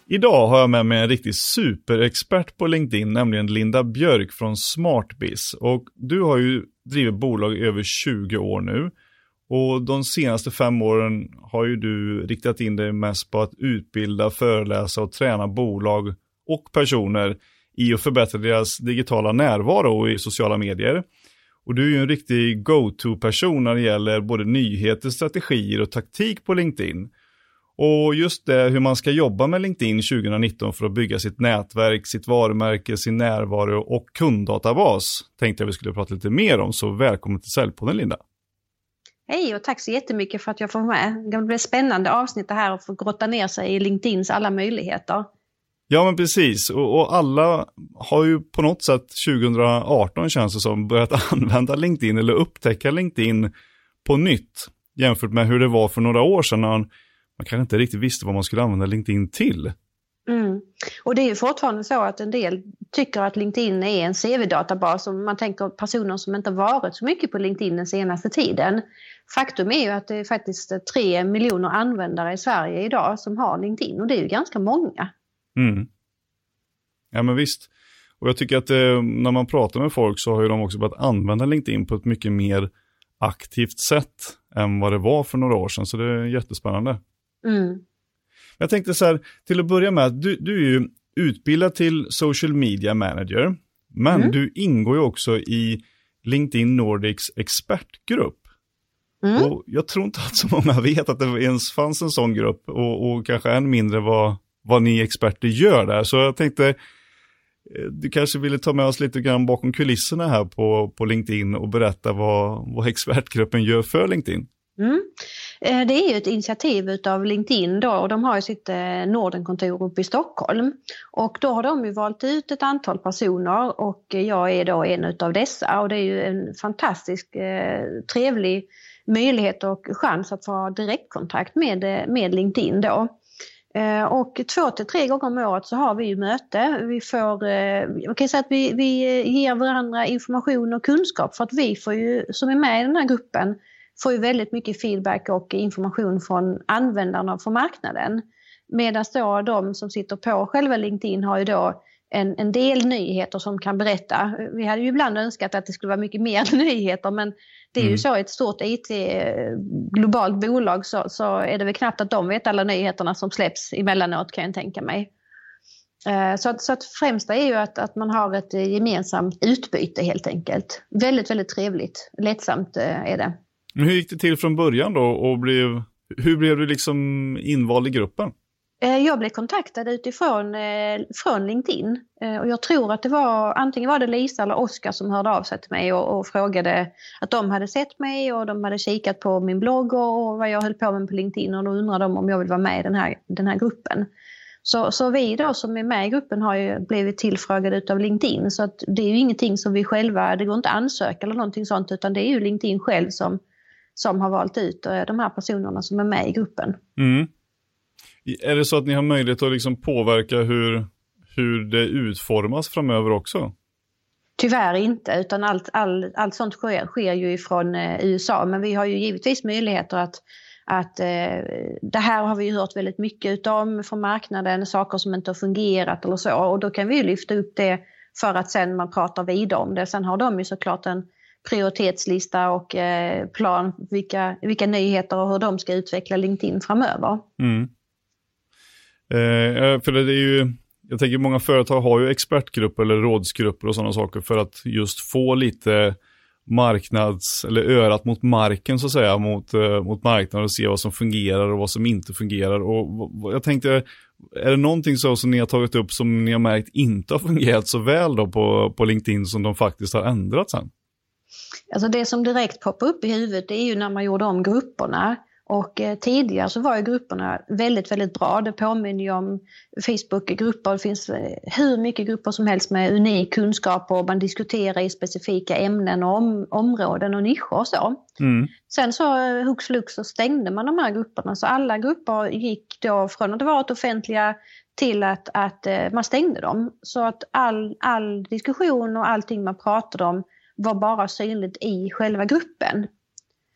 Idag har jag med mig en riktig superexpert på LinkedIn, nämligen Linda Björk från SmartBiz. Och du har ju drivit bolag i över 20 år nu. Och de senaste 5 åren har ju du riktat in dig mest på att utbilda, föreläsa och träna bolag och personer i att förbättra deras digitala närvaro i sociala medier. Och du är ju en riktig go-to-person när det gäller både nyheter, strategier och taktik på LinkedIn. Och just det, hur man ska jobba med LinkedIn 2019 för att bygga sitt nätverk, sitt varumärke, sin närvaro och kunddatabas tänkte jag vi skulle prata lite mer om. Så välkommen till Säljpodden, Linda. Hej och tack så jättemycket för att jag får med. Det blir spännande avsnitt det här och få grotta ner sig i LinkedIns alla möjligheter. Ja, men precis. Och alla har ju på något sätt 2018 känns det som börjat använda LinkedIn eller upptäcka LinkedIn på nytt jämfört med hur det var för några år sedan när man kanske inte riktigt visste vad man skulle använda LinkedIn till. Och det är ju fortfarande så att en del tycker att LinkedIn är en CV-databas och man tänker personer som inte varit så mycket på LinkedIn den senaste tiden. Faktum är ju att det är faktiskt 3 miljoner användare i Sverige idag som har LinkedIn och det är ju ganska många. Ja, men visst. Och jag tycker att när man pratar med folk så har ju de också börjat använda LinkedIn på ett mycket mer aktivt sätt än vad det var för några år sedan. Så det är jättespännande. Jag tänkte så här, till att börja med, du är ju utbildad till social media manager, men du ingår ju också i LinkedIn Nordics expertgrupp. Och jag tror inte att så många vet att det ens fanns en sån grupp och kanske än mindre vad ni experter gör där. Så jag tänkte, du kanske ville ta med oss lite grann bakom kulisserna här på LinkedIn och berätta vad expertgruppen gör för LinkedIn. Det är ju ett initiativ utav LinkedIn då och de har ju sitt Nordenkontor uppe i Stockholm. Och då har de ju valt ut ett antal personer och jag är då en utav dessa. Och det är ju en fantastisk trevlig möjlighet och chans att få direktkontakt med LinkedIn då. Och 2 till 3 gånger om året så har vi ju möte. Vi får, man kan säga att vi ger varandra information och kunskap för att vi får ju, som är med i den här gruppen, får ju väldigt mycket feedback och information från användarna och från marknaden. Medan då de som sitter på själva LinkedIn har ju då en del nyheter som kan berätta. Vi hade ju ibland önskat att det skulle vara mycket mer nyheter, men det är ju så ett stort IT-globalt bolag så är det väl knappt att de vet alla nyheterna som släpps emellanåt, kan jag tänka mig. Så att främsta är ju att man har ett gemensamt utbyte helt enkelt. Väldigt, väldigt trevligt. Lättsamt är det. Men hur gick det till från början då och hur blev du liksom invald i gruppen? Jag blev kontaktad utifrån från LinkedIn och jag tror att det var antingen var det Lisa eller Oskar som hörde av sig till mig och frågade att de hade sett mig och de hade kikat på min blogg och vad jag höll på med på LinkedIn och då undrade de om jag vill vara med i den här gruppen. Så vi då som är med i gruppen har ju blivit tillfrågade utav LinkedIn så att det är ju ingenting som vi själva, det går inte att ansöka eller någonting sånt utan det är ju LinkedIn själv som har valt ut de här personerna som är med i gruppen. Är det så att ni har möjlighet att liksom påverka hur det utformas framöver också? Tyvärr inte, utan allt sånt sker ju ifrån USA. Men vi har ju givetvis möjligheter att det här har vi ju hört väldigt mycket om från marknaden, saker som inte har fungerat eller så. Och då kan vi ju lyfta upp det för att sen man pratar vidare om det. Sen har de ju såklart en prioritetslista och plan vilka nyheter och hur de ska utveckla LinkedIn framöver. För det är ju, jag tänker många företag har ju expertgrupper eller rådsgrupper och sådana saker för att just få lite eller örat mot marken så att säga, mot marknaden och se vad som fungerar och vad som inte fungerar. Och jag tänkte, är det någonting så som ni har tagit upp som ni har märkt inte har fungerat så väl då på LinkedIn som de faktiskt har ändrat sen? Alltså det som direkt poppar upp i huvudet det är ju när man gjorde om grupperna. Och tidigare så var ju grupperna väldigt, väldigt bra. Det påminner ju om Facebook-grupper. Det finns hur mycket grupper som helst med unik kunskap och man diskuterar i specifika ämnen och områden och nischer och så. Sen så hux flux så stängde man de här grupperna. Så alla grupper gick då från att vara offentliga till att man stängde dem. Så att all diskussion och allting man pratade om var bara synligt i själva gruppen.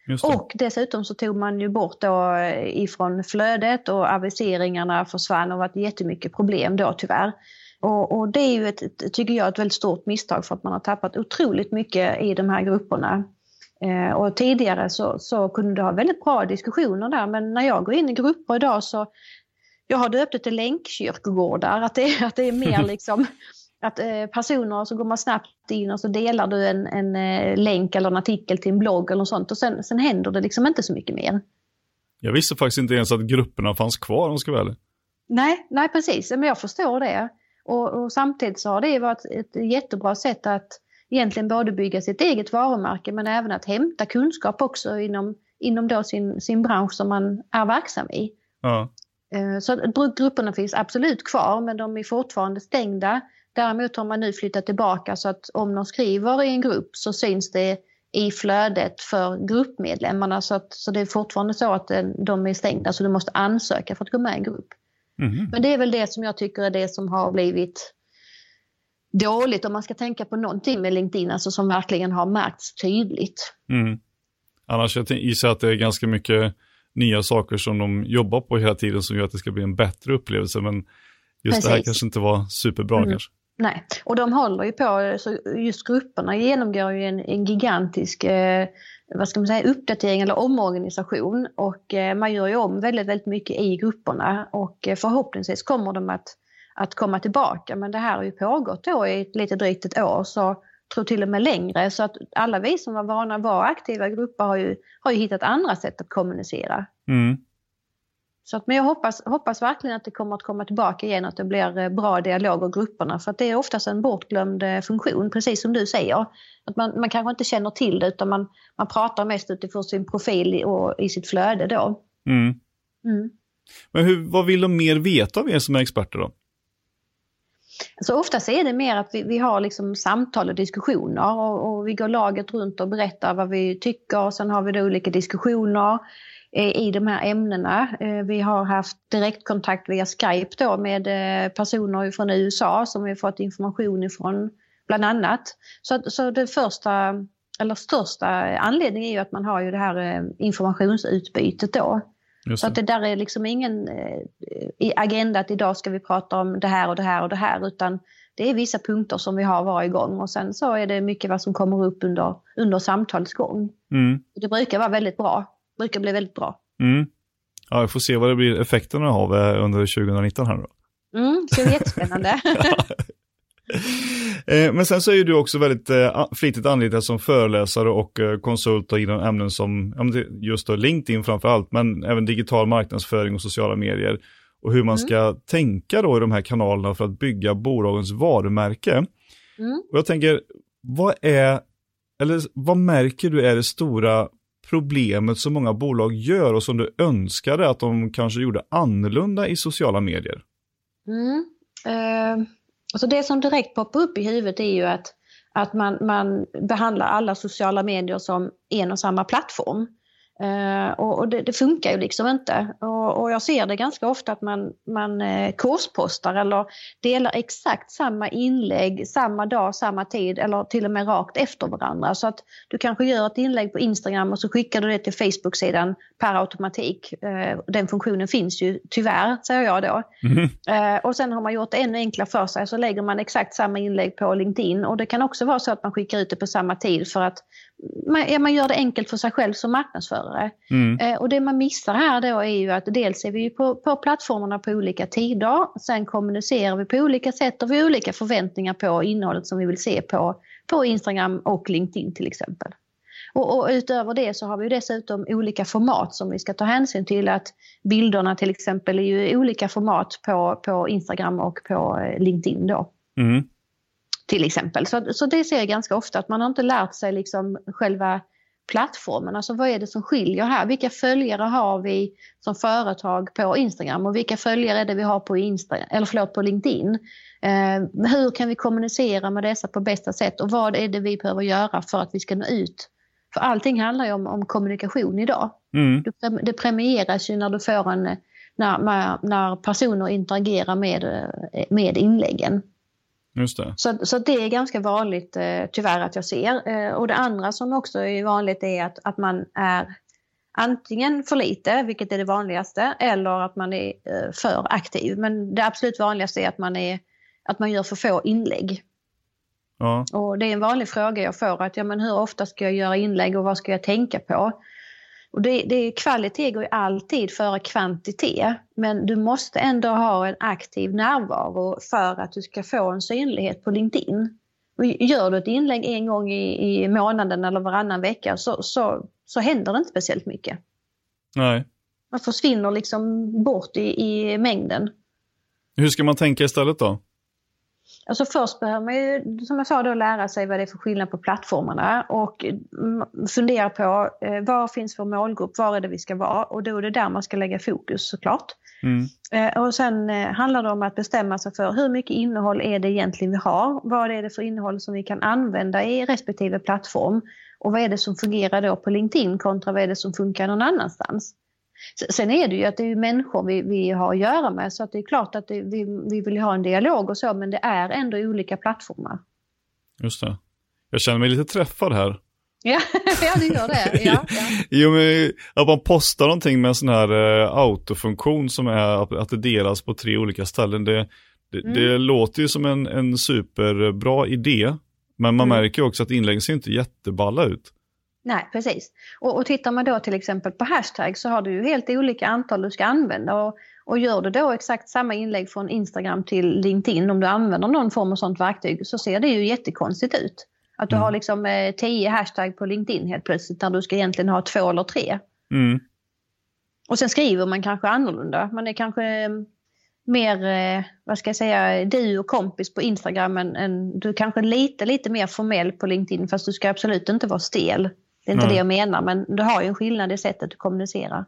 Och dessutom så tog man ju bort då ifrån flödet och aviseringarna försvann och varit jättemycket problem då tyvärr. Och det är ju tycker jag, ett väldigt stort misstag för att man har tappat otroligt mycket i de här grupperna. Och tidigare så kunde du ha väldigt bra diskussioner där, men när jag går in i grupper idag så jag har döpt det till länkkyrkogårdar, att det är mer liksom att personer så går man snabbt in och så delar du en länk eller en artikel till en blogg eller något sånt och sen händer det liksom inte så mycket mer. Jag visste faktiskt inte ens att grupperna fanns kvar, om jag ska vara ärlig. Nej precis, men jag förstår det. Och samtidigt så har det varit ett jättebra sätt att egentligen både bygga sitt eget varumärke men även att hämta kunskap också inom då sin bransch som man är verksam i. Ja. Så grupperna finns absolut kvar, men de är fortfarande stängda. Däremot har man nu flyttat tillbaka så att om någon skriver i en grupp så syns det i flödet för gruppmedlemmarna. Så det är fortfarande så att de är stängda, så du måste ansöka för att gå med i en grupp. Mm. Men det är väl det som jag tycker är det som har blivit dåligt om man ska tänka på någonting med LinkedIn, alltså som verkligen har märkts tydligt. Mm. Annars jag gissar att det är ganska mycket nya saker som de jobbar på hela tiden som gör att det ska bli en bättre upplevelse, men just Precis. Det här kanske inte var superbra kanske. Nej, och de håller ju på, så just grupperna genomgår ju en gigantisk uppdatering eller omorganisation, och man gör ju om väldigt, väldigt mycket i grupperna, och förhoppningsvis kommer de att komma tillbaka, men det här har ju pågått då i lite drygt ett år, så tror till och med längre, så att alla vi som var vana att vara aktiva grupper har ju hittat andra sätt att kommunicera. Mm. Så att, men jag hoppas verkligen att det kommer att komma tillbaka igen, att det blir bra dialog och grupperna, för att det är oftast en bortglömd funktion, precis som du säger. Att man kanske inte känner till det, utan man pratar mest utifrån sin profil och i sitt flöde då. Mm. Mm. Men vad vill de mer veta av er som är experter då? Så oftast är det mer att vi har liksom samtal och diskussioner, och vi går laget runt och berättar vad vi tycker, och sen har vi då olika diskussioner i de här ämnena. Vi har haft direktkontakt via Skype då med personer från USA som vi har fått information ifrån bland annat. Så det största anledningen är ju att man har ju det här informationsutbytet då. Så att det där är liksom ingen i agenda att idag ska vi prata om det här och det här och det här, utan det är vissa punkter som vi har varje gång, och sen så är det mycket vad som kommer upp under samtalets gång. Mm. Det brukar vara väldigt bra. Brukar bli väldigt bra. Mm. Ja, jag får se vad det blir effekterna av under 2019 här då. Det är jättespännande. Men sen så är du också väldigt flitigt anlitad som föreläsare och konsult inom ämnen som just då LinkedIn framför allt, men även digital marknadsföring och sociala medier, och hur man ska tänka då i de här kanalerna för att bygga bolagens varumärke. Och jag tänker, vad märker du är det stora problemet som många bolag gör och som du önskade att de kanske gjorde annorlunda i sociala medier? Alltså det som direkt poppar upp i huvudet är ju att man behandlar alla sociala medier som en och samma plattform. Och det funkar ju liksom inte. Och jag ser det ganska ofta att man kurspostar eller delar exakt samma inlägg samma dag, samma tid, eller till och med rakt efter varandra. Så att du kanske gör ett inlägg på Instagram och så skickar du det till Facebook-sidan per automatik. Den funktionen finns ju tyvärr, säger jag då. Och sen har man gjort det ännu enklare för sig, så lägger man exakt samma inlägg på LinkedIn. Och det kan också vara så att man skickar ut det på samma tid för att man gör det enkelt för sig själv som marknadsförare. Och det man missar här då är ju att dels är vi ju på plattformarna på olika tider. Sen kommunicerar vi på olika sätt och vi har olika förväntningar på innehållet som vi vill se på Instagram och LinkedIn till exempel. Och utöver det så har vi ju dessutom olika format som vi ska ta hänsyn till, att bilderna till exempel är ju olika format på Instagram och på LinkedIn då. Till exempel. Så det ser jag ganska ofta, att man har inte lärt sig liksom själva plattformen. Alltså vad är det som skiljer här? Vilka följare har vi som företag på Instagram och vilka följare är det vi har på LinkedIn? Hur kan vi kommunicera med dessa på bästa sätt, och vad är det vi behöver göra för att vi ska nå ut? För allting handlar ju om kommunikation idag. Det premieras ju när du får när personer interagerar med inläggen. Just det. Så det är ganska vanligt tyvärr att jag ser. Och det andra som också är vanligt är att man är antingen för lite, vilket är det vanligaste, eller att man är för aktiv. Men det absolut vanligaste är att man gör för få inlägg. Ja. Och det är en vanlig fråga jag får, att hur ofta ska jag göra inlägg och vad ska jag tänka på? Och kvalitet går ju alltid före kvantitet, men du måste ändå ha en aktiv närvaro för att du ska få en synlighet på LinkedIn. Och gör du ett inlägg en gång i månaden eller varannan vecka så händer det inte speciellt mycket. Nej. Man försvinner liksom bort i mängden. Hur ska man tänka istället då? Alltså först behöver man ju, som jag sa då, lära sig vad det är för skillnad på plattformarna och fundera på vad finns för målgrupp, var är det vi ska vara, och då är det där man ska lägga fokus såklart. Och sen handlar det om att bestämma sig för hur mycket innehåll är det egentligen vi har, vad är det för innehåll som vi kan använda i respektive plattform och vad är det som fungerar då på LinkedIn kontra vad är det som funkar någon annanstans. Sen är det ju att det är människor vi har att göra med, så att det är klart att vi vill ha en dialog och så, men det är ändå olika plattformar. Just det. Jag känner mig lite träffad här. Ja, du gör det. Ja. Jo, men att man postar någonting med en sån här autofunktion som är att det delas på 3 olika ställen. Det låter ju som en superbra idé, men man märker också att inläggen ser inte jätteballa ut. Nej, precis. Och tittar man då till exempel på hashtag så har du ju helt olika antal du ska använda. Och gör du då exakt samma inlägg från Instagram till LinkedIn, om du använder någon form av sånt verktyg, så ser det ju jättekonstigt ut. Att du har liksom 10 hashtag på LinkedIn helt plötsligt när du ska egentligen ha 2 eller 3. Och sen skriver man kanske annorlunda. Man är kanske mer, du och kompis på Instagram än du kanske lite mer formell på LinkedIn, fast du ska absolut inte vara stel. Det är inte det jag menar, men du har ju en skillnad i sättet du kommunicerar.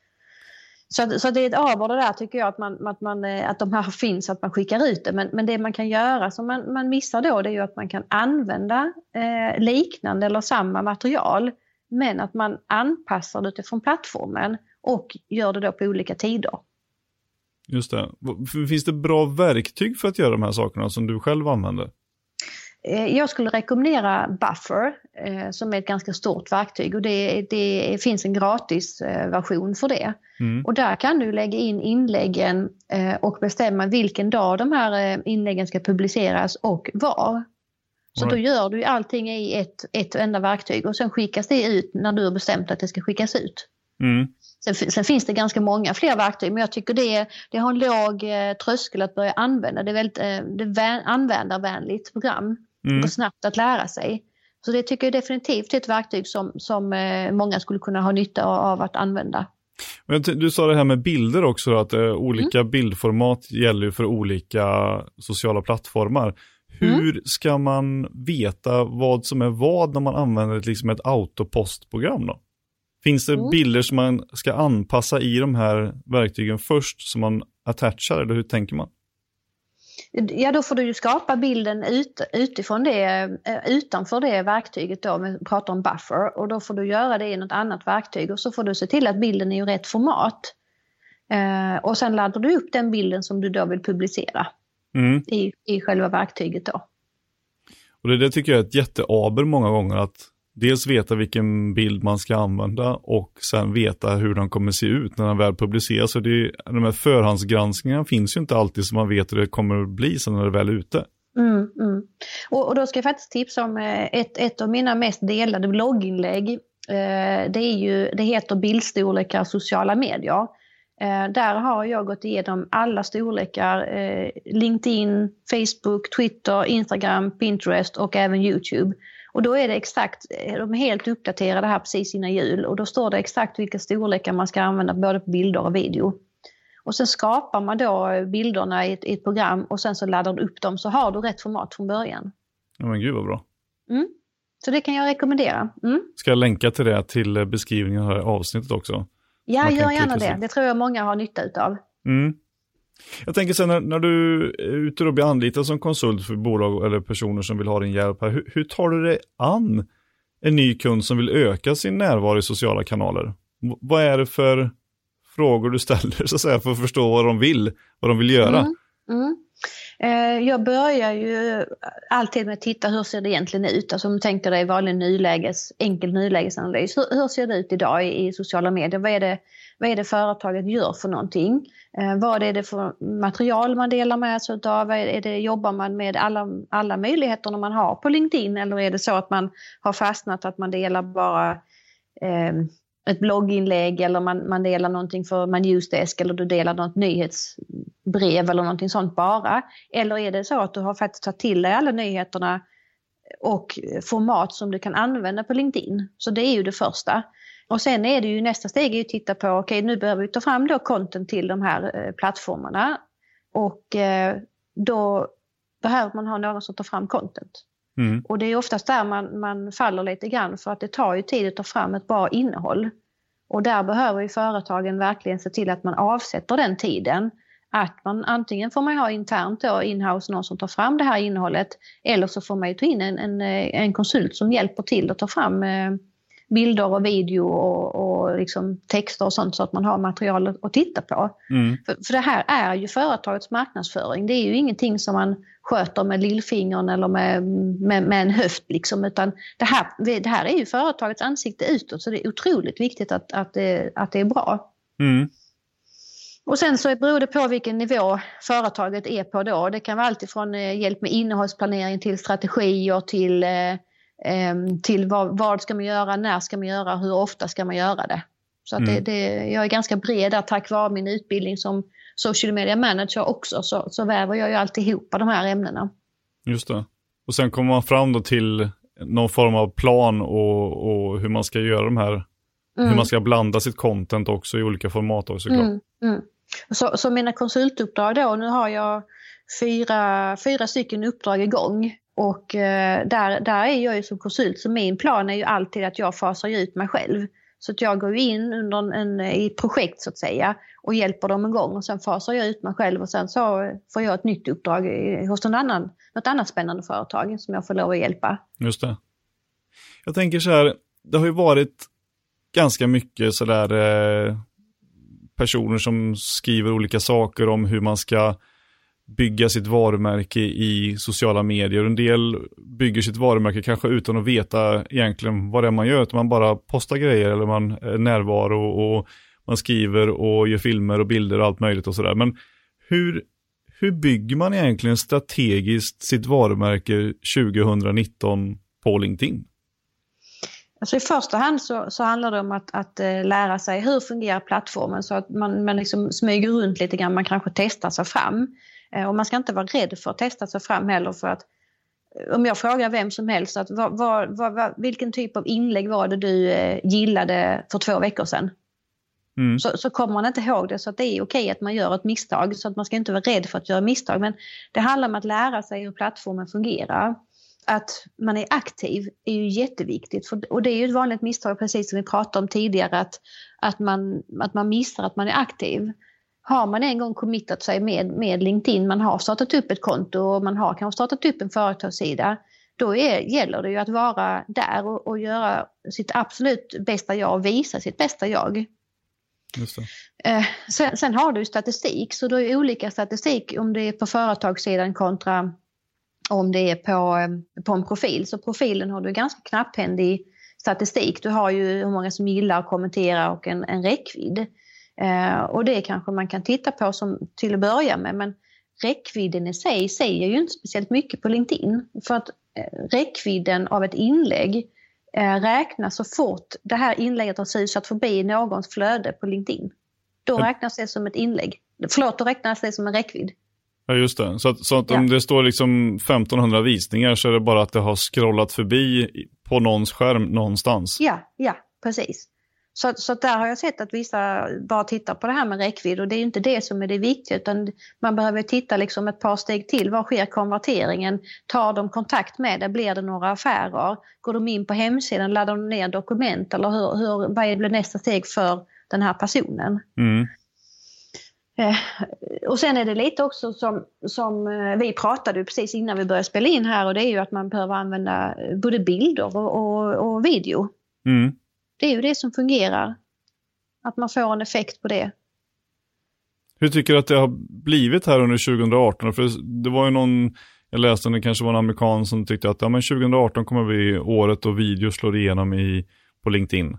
Så det är ett avord det där, tycker jag, att de här finns, att man skickar ut det. Men det man kan göra som man missar då, det är ju att man kan använda liknande eller samma material, men att man anpassar det utifrån plattformen och gör det då på olika tider. Just det. Finns det bra verktyg för att göra de här sakerna som du själv använder? Jag skulle rekommendera Buffer som är ett ganska stort verktyg, och det finns en gratis version för det. Och där kan du lägga in inläggen och bestämma vilken dag de här inläggen ska publiceras och var. Så då gör du allting i ett enda verktyg och sen skickas det ut när du har bestämt att det ska skickas ut. Sen finns det ganska många fler verktyg, men jag tycker det har en låg tröskel att börja använda. Det är väldigt användarvänligt program. Och snabbt att lära sig. Så det tycker jag definitivt är ett verktyg som många skulle kunna ha nytta av att använda. Men du sa det här med bilder också, att olika bildformat gäller för olika sociala plattformar. Hur ska man veta vad som är vad när man använder liksom ett autopostprogram då? Finns det bilder som man ska anpassa i de här verktygen först som man attachar, eller hur tänker man? Ja, då får du ju skapa bilden utanför det verktyget då, vi pratar om Buffer, och då får du göra det i något annat verktyg och så får du se till att bilden är i rätt format. Och sen laddar du upp den bilden som du då vill publicera i själva verktyget då. Och det tycker jag är ett jätteaber många gånger, att dels veta vilken bild man ska använda och sen veta hur den kommer se ut när den väl publiceras. Så de här förhandsgranskningarna finns ju inte alltid, så man vet hur det kommer att bli sen när det väl är ute. Och då ska jag faktiskt tipsa om ett av mina mest delade blogginlägg. Det heter Bildstorlekar sociala medier. Där har jag gått igenom alla storlekar, LinkedIn, Facebook, Twitter, Instagram, Pinterest och även YouTube. Och då är det exakt, de är helt uppdaterade här precis innan jul, och då står det exakt vilka storlekar man ska använda både på bilder och video. Och sen skapar man då bilderna i ett program och sen så laddar du upp dem, så har du rätt format från början. Ja, men gud vad bra. Så det kan jag rekommendera. Ska jag länka till det till beskrivningen här i avsnittet också? Ja, gör gärna det. Det tror jag många har nytta utav. Jag tänker sen när du är ute och blir anlitad som konsult för bolag eller personer som vill ha din hjälp här, hur tar du dig an en ny kund som vill öka sin närvaro i sociala kanaler? Vad är det för frågor du ställer så att säga, för att förstå vad de vill göra? Jag börjar ju alltid med att titta hur ser det egentligen ut. Alltså om du tänker dig vanlig enkel nulägesanalys. Hur ser det ut idag i sociala medier? Vad är det företaget gör för någonting? Vad är det för material man delar med sig av? Jobbar man med alla möjligheter man har på LinkedIn? Eller är det så att man har fastnat att man delar bara ett blogginlägg eller man delar någonting för man newsdesk eller du delar något nyhetsbrev eller någonting sånt bara. Eller är det så att du har faktiskt tagit till dig alla nyheterna och format som du kan använda på LinkedIn. Så det är ju det första. Och sen är det ju nästa steg är att titta på okej, nu behöver vi ta fram då content till de här plattformarna. Och då behöver man ha någon som tar fram content. Mm. Och det är oftast där man faller lite grann för att det tar ju tid att ta fram ett bra innehåll. Och där behöver ju företagen verkligen se till att man avsätter den tiden. Att man antingen får man ha internt då in-house någon som tar fram det här innehållet. Eller så får man ju ta in en konsult som hjälper till att ta fram bilder och video och liksom texter och sånt så att man har material att titta på. Mm. För det här är ju företagets marknadsföring. Det är ju ingenting som man sköter med lillfingern eller med en höft liksom, utan det här är ju företagets ansikte utåt, så det är otroligt viktigt att det är bra. Mm. Och sen så beror det på vilken nivå företaget är på då. Det kan vara allt ifrån hjälp med innehållsplanering till strategier till vad ska man göra, när ska man göra, hur ofta ska man göra det. Så att jag är ganska bred där tack vare min utbildning som social media manager också, så väver jag ju alltid ihop de här ämnena. Just det. Och sen kommer man fram då till någon form av plan och hur man ska göra de här, hur man ska blanda sitt content också i olika format också, såklart. Så mina konsultuppdrag då, nu har jag fyra stycken uppdrag igång. Och där är jag ju som konsult, så min plan är ju alltid att jag fasar ut mig själv. Så att jag går in i ett projekt så att säga och hjälper dem igång och sen fasar jag ut mig själv och sen så får jag ett nytt uppdrag hos något annat spännande företag som jag får lov att hjälpa. Just det. Jag tänker så här, det har ju varit ganska mycket sådär personer som skriver olika saker om hur man ska bygga sitt varumärke i sociala medier. En del bygger sitt varumärke kanske utan att veta egentligen vad det är man gör. Utan man bara postar grejer eller man är närvaro och man skriver och gör filmer och bilder och allt möjligt och sådär. Men hur bygger man egentligen strategiskt sitt varumärke 2019 på LinkedIn? Alltså i första hand så handlar det om att lära sig hur fungerar plattformen så att man liksom smyger runt lite grann, man kanske testar sig fram. Och man ska inte vara rädd för att testa sig fram heller, för att om jag frågar vem som helst att vilken typ av inlägg var det du gillade för 2 veckor sedan? Så kommer man inte ihåg det, så att det är okej att man gör ett misstag, så att man ska inte vara rädd för att göra misstag, men det handlar om att lära sig hur plattformen fungerar. Att man är aktiv är ju jätteviktigt, och det är ju ett vanligt misstag precis som vi pratade om tidigare, att man missar att man är aktiv. Har man en gång committat sig med LinkedIn, man har startat upp ett konto och man har kanske startat upp en företagssida, då gäller det ju att vara där och göra sitt absolut bästa jag och visa sitt bästa jag. Just det. Sen har du statistik, så då är olika statistik om det är på företagssidan kontra om det är på en profil. Så profilen har du ganska knapphändig statistik. Du har ju hur många som gillar och kommenterar och en räckvidd. Och det kanske man kan titta på som till att börja med, men räckvidden i sig säger ju inte speciellt mycket på LinkedIn, för att räckvidden av ett inlägg räknas så fort det här inlägget har susat förbi någons flöde på LinkedIn. Då räknas det som ett inlägg. Då räknas det som en räckvidd. Ja, just det. Så att om det står liksom 1500 visningar så är det bara att det har scrollat förbi på någons skärm någonstans. Ja, precis. Så där har jag sett att vissa bara tittar på det här med räckvidd, och det är ju inte det som är det viktiga, utan man behöver titta liksom ett par steg till. Var sker konverteringen? Tar de kontakt med det? Blir det några affärer? Går de in på hemsidan? Laddar de ner dokument? Eller vad blir nästa steg för den här personen? Och sen är det lite också som vi pratade precis innan vi började spela in här, och det är ju att man behöver använda både bilder och video. Det är ju det som fungerar. Att man får en effekt på det. Hur tycker du att det har blivit här under 2018? För det var ju någon, jag läste det kanske var en amerikan som tyckte att 2018 kommer bli året då video slår igenom på LinkedIn.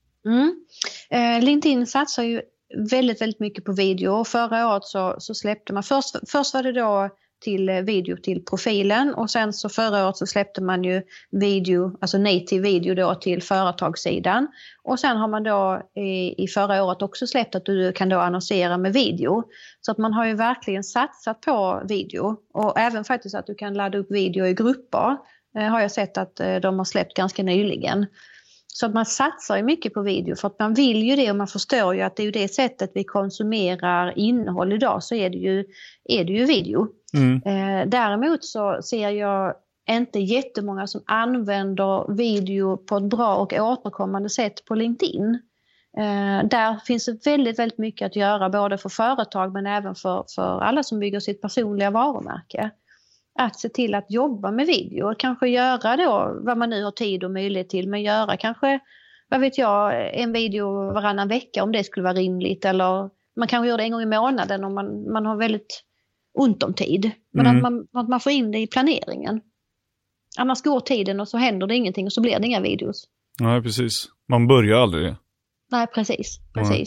LinkedIn satsar ju väldigt, väldigt mycket på video. Och förra året så släppte man, först var det då till video till profilen och sen så förra året så släppte man ju video, alltså native video då till företagssidan. Och sen har man då i förra året också släppt att du kan då annonsera med video. Så att man har ju verkligen satsat på video och även faktiskt att du kan ladda upp video i grupper har jag sett att de har släppt ganska nyligen. Så att man satsar ju mycket på video för att man vill ju det och man förstår ju att det är ju det sättet vi konsumerar innehåll idag så är det ju video. Däremot så ser jag inte jättemånga som använder video på ett bra och återkommande sätt på LinkedIn. Där finns det väldigt, väldigt mycket att göra både för företag men även för alla som bygger sitt personliga varumärke. Att se till att jobba med video och kanske göra då vad man nu har tid och möjlighet till. Men göra kanske, vad vet jag, en video varannan vecka om det skulle vara rimligt. Eller man kanske gör det en gång i månaden om man har väldigt ont om tid. Men att man får in det i planeringen. Annars går tiden och så händer det ingenting och så blir det inga videos. Nej, precis. Man börjar aldrig. Nej, precis.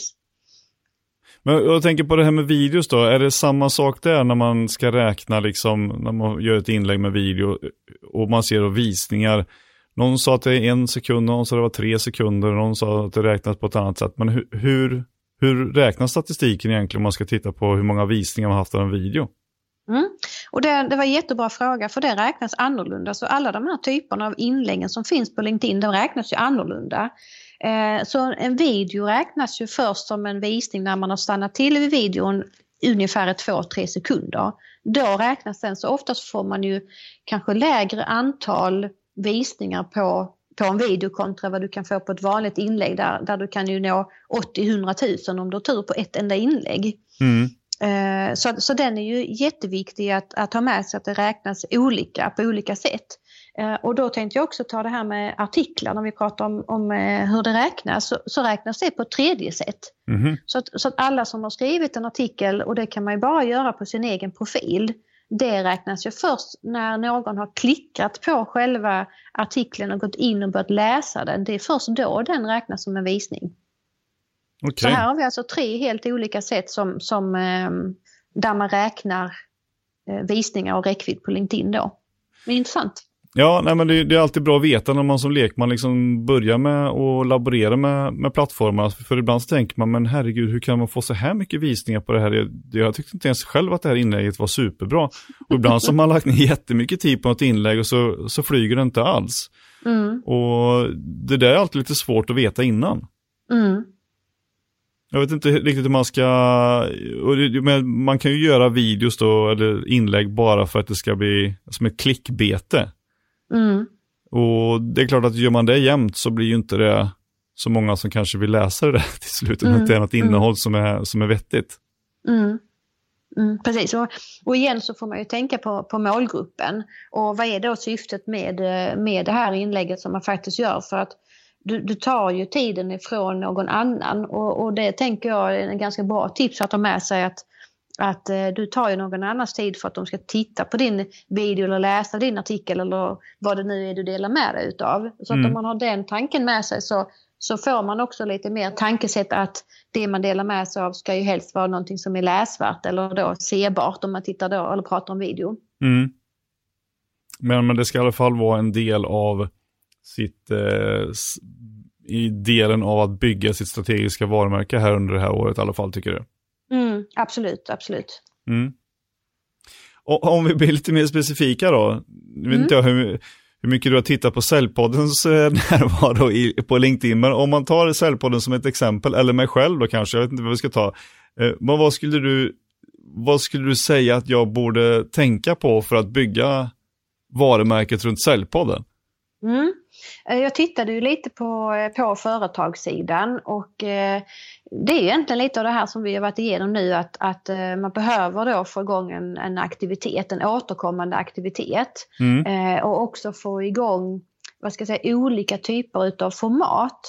Men jag tänker på det här med videos då. Är det samma sak där när man ska räkna liksom, när man gör ett inlägg med video och man ser då visningar. Någon sa att det är 1 sekund, någon sa att det var 3 sekunder, någon sa att det räknas på ett annat sätt. Men hur räknas statistiken egentligen om man ska titta på hur många visningar man haft av en video? Och det var en jättebra fråga för det räknas annorlunda. Så alla de här typerna av inläggen som finns på LinkedIn, de räknas ju annorlunda. Så en video räknas ju först som en visning när man har stannat till vid videon ungefär 2-3 sekunder. Då räknas den, så oftast får man ju kanske lägre antal visningar på en video kontra vad du kan få på ett vanligt inlägg där du kan ju nå 80-100 000 om du har tur på ett enda inlägg. Så den är ju jätteviktig att ha med sig att det räknas olika på olika sätt. Och då tänkte jag också ta det här med artiklar när vi pratar om hur det räknas. Så räknas det på ett tredje sätt. Så att alla som har skrivit en artikel, och det kan man ju bara göra på sin egen profil, det räknas ju först när någon har klickat på själva artikeln och gått in och börjat läsa den. Det är först då den räknas som en visning. Okay. Så här har vi alltså 3 helt olika sätt som där man räknar visningar och räckvidd på LinkedIn då. Det är intressant. Ja, nej, men det är alltid bra att veta när man som lekman liksom börjar med att laborera med plattformar. För ibland så tänker man, men herregud, hur kan man få så här mycket visningar på det här? Jag tyckte inte ens själv att det här inlägget var superbra. Och ibland så har man lagt ner jättemycket tid på ett inlägg och så flyger det inte alls. Och det där är alltid lite svårt att veta innan. Jag vet inte riktigt hur man ska... Men man kan ju göra videos då, eller inlägg bara för att det ska bli som ett klickbete. Och det är klart att gör man det jämt så blir ju inte det så många som kanske vill läsa det där till slut. Om det är något innehåll som är vettigt. Precis, och igen så får man ju tänka på målgruppen. Och vad är då syftet med det här inlägget som man faktiskt gör? För att du tar ju tiden ifrån någon annan. Och det tänker jag är en ganska bra tips att ha med sig, att du tar ju någon annans tid för att de ska titta på din video eller läsa din artikel eller vad det nu är du delar med dig utav. Så att om man har den tanken med sig så får man också lite mer tankesätt att det man delar med sig av ska ju helst vara någonting som är läsvärt eller då sebart om man tittar då eller pratar om video. Men det ska i alla fall vara en del av i delen av att bygga sitt strategiska varumärke här under det här året i alla fall, tycker du? Absolut. Och om vi blir lite mer specifika då, vet inte jag hur mycket du har tittat på Säljpoddens närvaro på LinkedIn, men om man tar Säljpodden som ett exempel, eller mig själv då kanske, jag vet inte vad vi ska ta, men vad skulle du säga att jag borde tänka på för att bygga varumärket runt Säljpodden? Jag tittade ju lite på företagssidan och det är egentligen lite av det här som vi har varit igenom nu, att man behöver då få igång en aktivitet, en återkommande aktivitet och också få igång, vad ska jag säga, olika typer utav format.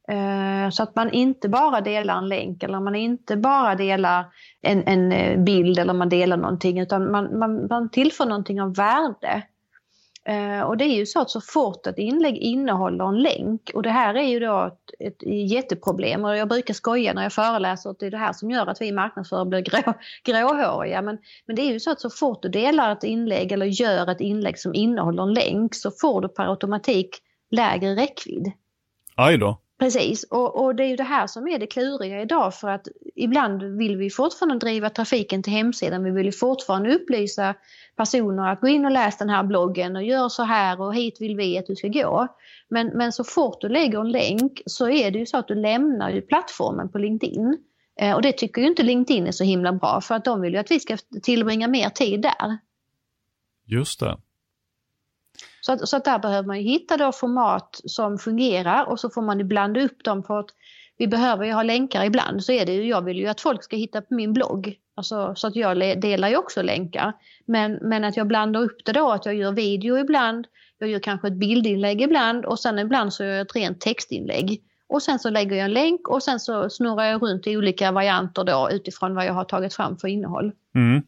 Så att man inte bara delar en länk eller man inte bara delar en bild eller man delar någonting, utan man tillför någonting av värde. Och det är ju så att så fort ett inlägg innehåller en länk, och det här är ju då ett jätteproblem, och jag brukar skoja när jag föreläser att det är det här som gör att vi marknadsförare blir gråhåriga, men det är ju så att så fort du delar ett inlägg eller gör ett inlägg som innehåller en länk, så får du per automatik lägre räckvidd. Aj då. Precis, och det är ju det här som är det kluriga idag, för att ibland vill vi fortfarande driva trafiken till hemsidan, vi vill ju fortfarande upplysa personer att gå in och läsa den här bloggen och gör så här och hit vill vi att du ska gå. Men så fort du lägger en länk så är det ju så att du lämnar ju plattformen på LinkedIn. Och det tycker ju inte LinkedIn är så himla bra, för att de vill ju att vi ska tillbringa mer tid där. Just det. Så att där behöver man ju hitta då format som fungerar, och så får man ju blanda upp dem, för att vi behöver ju ha länkar ibland. Så är det ju, jag vill ju att folk ska hitta på min blogg. Alltså, så att jag delar ju också länkar. Men att jag blandar upp det då, att jag gör video ibland, jag gör kanske ett bildinlägg ibland, och sen ibland så gör jag ett rent textinlägg. Och sen så lägger jag en länk och sen så snurrar jag runt i olika varianter då utifrån vad jag har tagit fram för innehåll. Mm.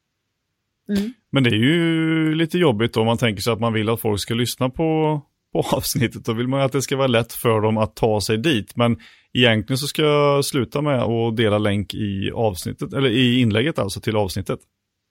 Men det är ju lite jobbigt om man tänker sig att man vill att folk ska lyssna på avsnittet. Då vill man att det ska vara lätt för dem att ta sig dit. Men egentligen så ska jag sluta med att dela länk i avsnittet, eller i inlägget alltså till avsnittet.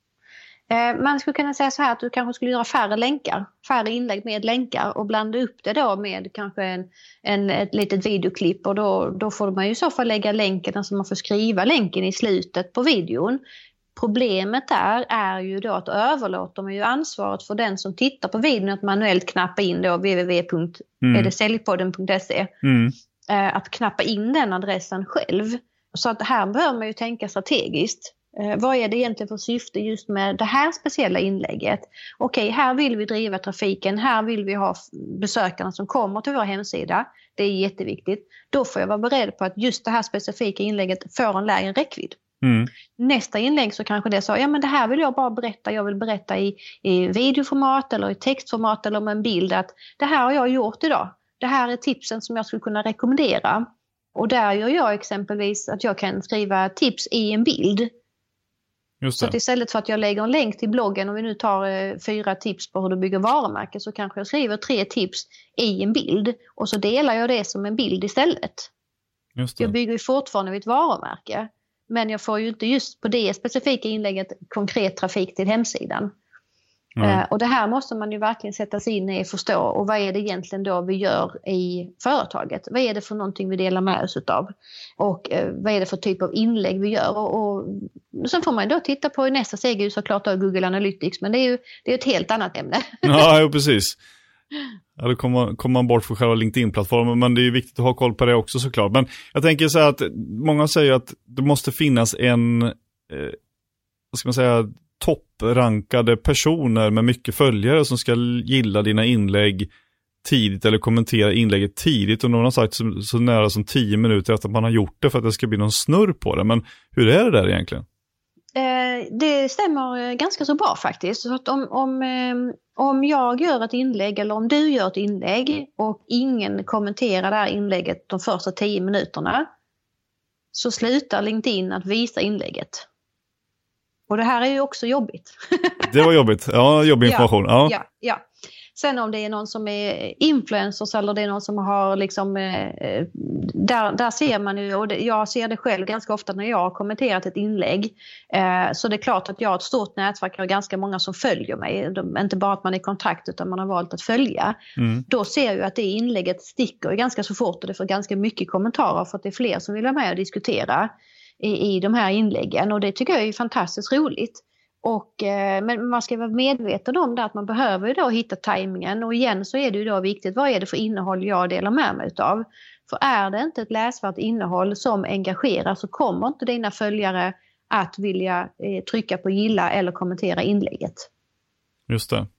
Man skulle kunna säga så här att du kanske skulle göra färre inlägg med länkar och blanda upp det då med kanske ett litet videoklipp, och då får man ju så fall lägga länken, alltså man får skriva länken i slutet på videon. Problemet där är ju då att överlåter man ju ansvaret för den som tittar på videon att manuellt knappa in då www.edsäljpodden.se att knappa in den adressen själv. Så att här behöver man ju tänka strategiskt. Vad är det egentligen för syfte just med det här speciella inlägget? Okej, här vill vi driva trafiken, här vill vi ha besökarna som kommer till vår hemsida. Det är jätteviktigt. Då får jag vara beredd på att just det här specifika inlägget får en lägre räckvidd. Nästa inlägg så kanske det så, men det här vill jag bara berätta, jag vill berätta i videoformat eller i textformat eller med en bild att det här har jag gjort idag. Det här är tipsen som jag skulle kunna rekommendera. Och där gör jag exempelvis att jag kan skriva tips i en bild. Just det. Så att istället för att jag lägger en länk till bloggen och vi nu tar 4 tips på hur du bygger varumärke, så kanske jag skriver 3 tips i en bild och så delar jag det som en bild istället. Just det. Jag bygger ju fortfarande ett varumärke, men jag får ju inte just på det specifika inlägget konkret trafik till hemsidan. Och det här måste man ju verkligen sätta sig in i och förstå. Och vad är det egentligen då vi gör i företaget? Vad är det för någonting vi delar med oss utav? Och vad är det för typ av inlägg vi gör? Och sen får man då titta på nästa steg är ju såklart då Google Analytics. Men det är ett helt annat ämne. Ja, precis. Ja, då kommer man bort från själva LinkedIn-plattformen, men det är ju viktigt att ha koll på det också såklart. Men jag tänker så här att många säger att det måste finnas en, vad ska man säga, topprankade personer med mycket följare som ska gilla dina inlägg tidigt eller kommentera inlägget tidigt, och någon har sagt så nära som 10 minuter efter att man har gjort det för att det ska bli någon snurr på det. Men hur är det där egentligen? Det stämmer ganska så bra faktiskt. Så att om jag gör ett inlägg eller om du gör ett inlägg och ingen kommenterar det här inlägget de första 10 minuterna, så slutar LinkedIn att visa inlägget. Och det här är ju också jobbigt. Det var jobbigt. Ja, jobbig information. Ja. Sen om det är någon som är influencers eller det är någon som har liksom, där ser man ju, och jag ser det själv ganska ofta när jag har kommenterat ett inlägg. Så det är klart att jag har ett stort nätverk och ganska många som följer mig. Inte bara att man är i kontakt utan man har valt att följa. Då ser jag ju att det inlägget sticker ganska så fort och det får ganska mycket kommentarer för att det är fler som vill vara med och diskutera i de här inläggen, och det tycker jag är fantastiskt roligt. Men man ska vara medveten om det, att man behöver då hitta tajmingen, och igen så är det ju då viktigt, vad är det för innehåll jag delar med mig utav? För är det inte ett läsvärt innehåll som engagerar, så kommer inte dina följare att vilja trycka på gilla eller kommentera inlägget. Just det.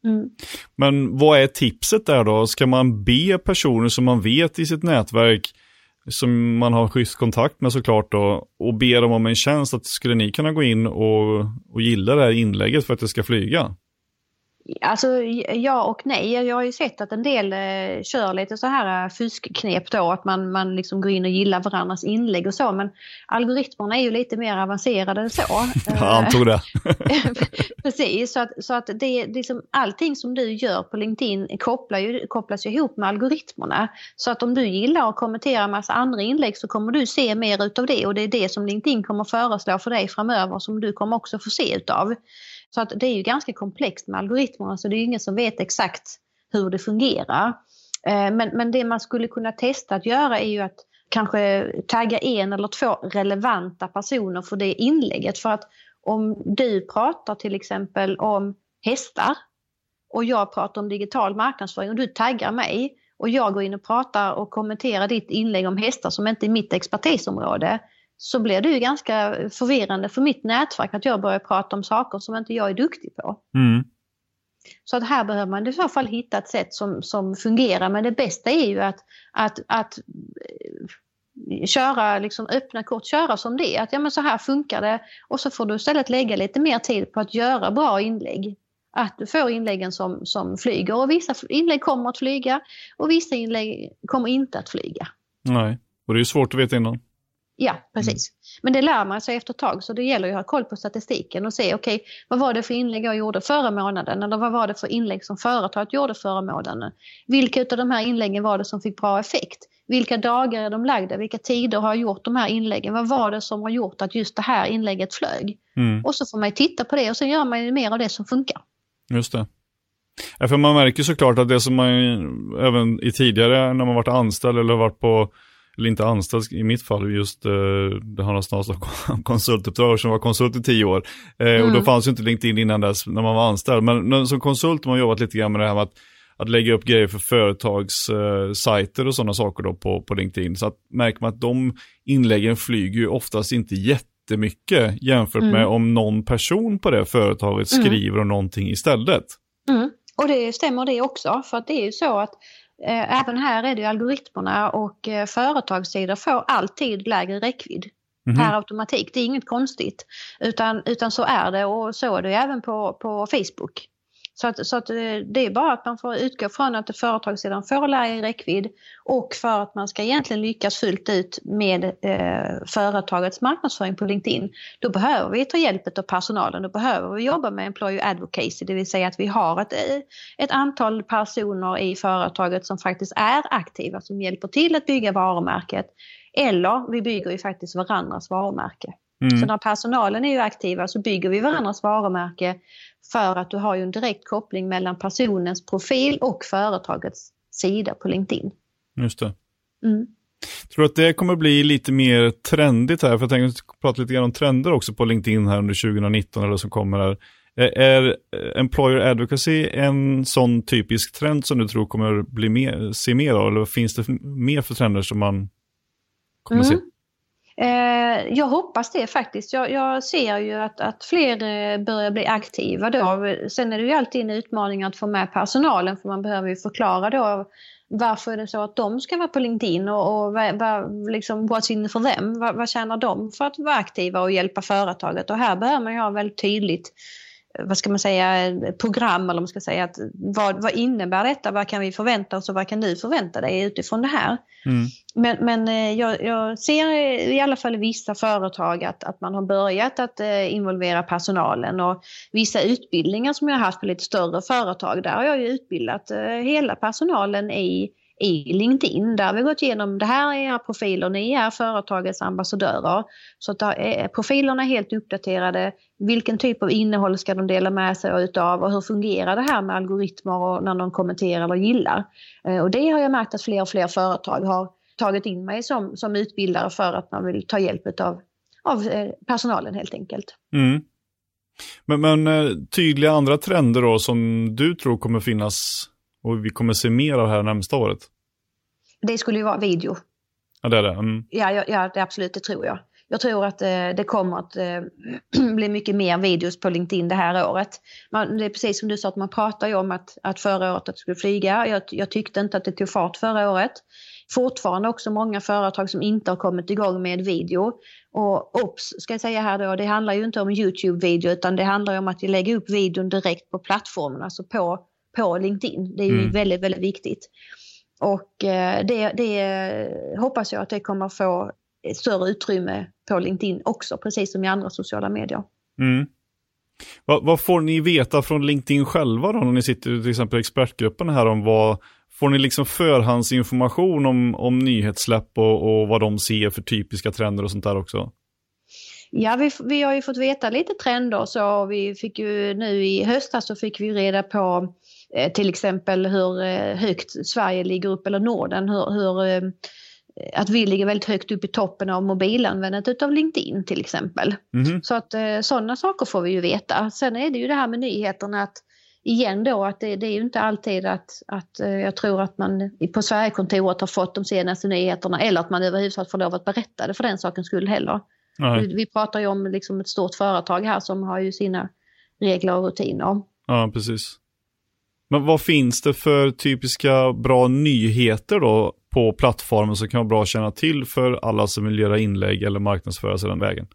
Men vad är tipset där då? Ska man be personer som man vet i sitt nätverk, som man har schysst kontakt med såklart då, och be dem om en tjänst, att skulle ni kunna gå in och gilla det här inlägget för att det ska flyga? Alltså ja och nej. Jag har ju sett att en del kör lite så här fuskknep då, att man liksom går in och gillar varandras inlägg och så, men algoritmerna är ju lite mer avancerade än så. Jag antog det. Precis, så att det liksom, allting som du gör på LinkedIn kopplas ju ihop med algoritmerna. Så att om du gillar att kommentera en massa andra inlägg så kommer du se mer utav det, och det är det som LinkedIn kommer föreslå för dig framöver, som du kommer också få se utav. Så att det är ju ganska komplext med algoritmerna, så det är ju ingen som vet exakt hur det fungerar. Men det man skulle kunna testa att göra är ju att kanske tagga 1 eller 2 relevanta personer för det inlägget. För att om du pratar till exempel om hästar och jag pratar om digital marknadsföring och du taggar mig och jag går in och pratar och kommenterar ditt inlägg om hästar som inte är mitt expertisområde, så blir det ju ganska förvirrande för mitt nätverk att jag börjar prata om saker som inte jag är duktig på. Mm. Så att här behöver man i så fall hitta ett sätt som fungerar. Men det bästa är ju att köra, liksom öppna kort, köra som det är. Att ja, men så här funkar det. Och så får du istället lägga lite mer tid på att göra bra inlägg. Att du får inläggen som flyger. Och vissa inlägg kommer att flyga och vissa inlägg kommer inte att flyga. Nej, och det är ju svårt att veta innan. Ja, precis. Men det lär man sig efter ett tag, så det gäller ju att ha koll på statistiken och se, okej, vad var det för inlägg jag gjorde förra månaden, eller vad var det för inlägg som företaget gjorde förra månaden. Vilka av de här inläggen var det som fick bra effekt? Vilka dagar är de lagda? Vilka tider har gjort de här inläggen? Vad var det som har gjort att just det här inlägget flög? Och så får man titta på det och så gör man ju mer av det som funkar. Just det. Ja, för man märker såklart att det som man även i tidigare när man varit anställd eller varit på, eller inte anställd i mitt fall, just det handlar snarare om konsultuppdrag som var konsult i 10 år. Och då fanns ju inte LinkedIn innan dess när man var anställd. Men som konsult har man jobbat lite grann med det här med att lägga upp grejer för företagssajter och sådana saker då på LinkedIn. Så att märker man att de inläggen flyger ju oftast inte jättemycket jämfört med om någon person på det företaget skriver om någonting istället. Och det stämmer det också, för att det är ju så att även här är det ju algoritmerna och företagssidor får alltid lägre räckvidd per automatik. Det är inget konstigt, utan så är det, och så är det även på Facebook. Så att det är bara att man får utgå från att företagssidan får lägre räckvidd, och för att man ska egentligen lyckas fullt ut med företagets marknadsföring på LinkedIn, då behöver vi ta hjälp av personalen, då behöver vi jobba med employee advocacy, det vill säga att vi har ett antal personer i företaget som faktiskt är aktiva, som hjälper till att bygga varumärket, eller vi bygger ju faktiskt varandras varumärke. Så när personalen är ju aktiva så bygger vi varandras varumärke, för att du har ju en direkt koppling mellan personens profil och företagets sida på LinkedIn. Just det. Tror du att det kommer bli lite mer trendigt här? För jag tänkte prata lite grann om trender också på LinkedIn här under 2019 eller som kommer här. Är employer advocacy en sån typisk trend som du tror kommer bli se mer av? Eller finns det mer för trender som man kommer se? Jag hoppas det faktiskt. Jag ser ju att fler börjar bli aktiva då. Sen är det ju alltid en utmaning att få med personalen, för man behöver ju förklara då varför är det så att de ska vara på LinkedIn och liksom, what's in for them? Vad tjänar de för att vara aktiva och hjälpa företaget? Och här behöver man ju ha väldigt tydligt, vad ska man säga, program, eller man ska säga att vad innebär detta, vad kan vi förvänta oss och vad kan du förvänta dig utifrån det här. Men jag ser i alla fall i vissa företag att man har börjat att involvera personalen, och vissa utbildningar som jag har haft på lite större företag, där har jag ju utbildat hela personalen i LinkedIn, där vi gått igenom, det här är era profiler, ni är företagets ambassadörer, så att profilerna är helt uppdaterade, vilken typ av innehåll ska de dela med sig utav och hur fungerar det här med algoritmer och när de kommenterar eller gillar. Och det har jag märkt att fler och fler företag har tagit in mig som utbildare, för att man vill ta hjälp av personalen helt enkelt. Men tydliga andra trender då som du tror kommer finnas och vi kommer se mer av här närmsta året? Det skulle ju vara video. Ja, det är det. Ja, det absolut, det tror jag. Jag tror att det kommer att bli mycket mer videos på LinkedIn det här året. Det är precis som du sa, att man pratar ju om att förra året att det skulle flyga. Jag tyckte inte att det tog fart förra året. fortfarande också många företag som inte har kommit igång med video. Och OBS ska jag säga här då, det handlar ju inte om YouTube-video utan det handlar om att lägga upp videon direkt på plattformen, alltså på LinkedIn. Det är ju väldigt, väldigt viktigt. Och det hoppas jag att det kommer få ett större utrymme på LinkedIn också, precis som i andra sociala medier. Mm. Vad får ni veta från LinkedIn själva då, när ni sitter i till exempel expertgruppen här, om får ni liksom förhandsinformation om nyhetssläpp och vad de ser för typiska trender och sånt där också? Ja, vi har ju fått veta lite trender, så vi fick ju nu i höstas så fick vi reda på till exempel hur högt Sverige ligger upp, eller Norden, hur att vi ligger väldigt högt upp i toppen av mobilanvändandet utav LinkedIn till exempel. Mm-hmm. Så att sådana saker får vi ju veta. Sen är det ju det här med nyheterna att igen då att det är ju inte alltid att jag tror att man på Sverigekontoret har fått de senaste nyheterna eller att man överhuvudtaget får lov att berätta det för den sakens skull heller. Vi pratar ju om liksom ett stort företag här som har ju sina regler och rutiner. Ja, precis. Men vad finns det för typiska bra nyheter då på plattformen som kan vara bra att känna till för alla som vill göra inlägg eller marknadsföra sig den vägen?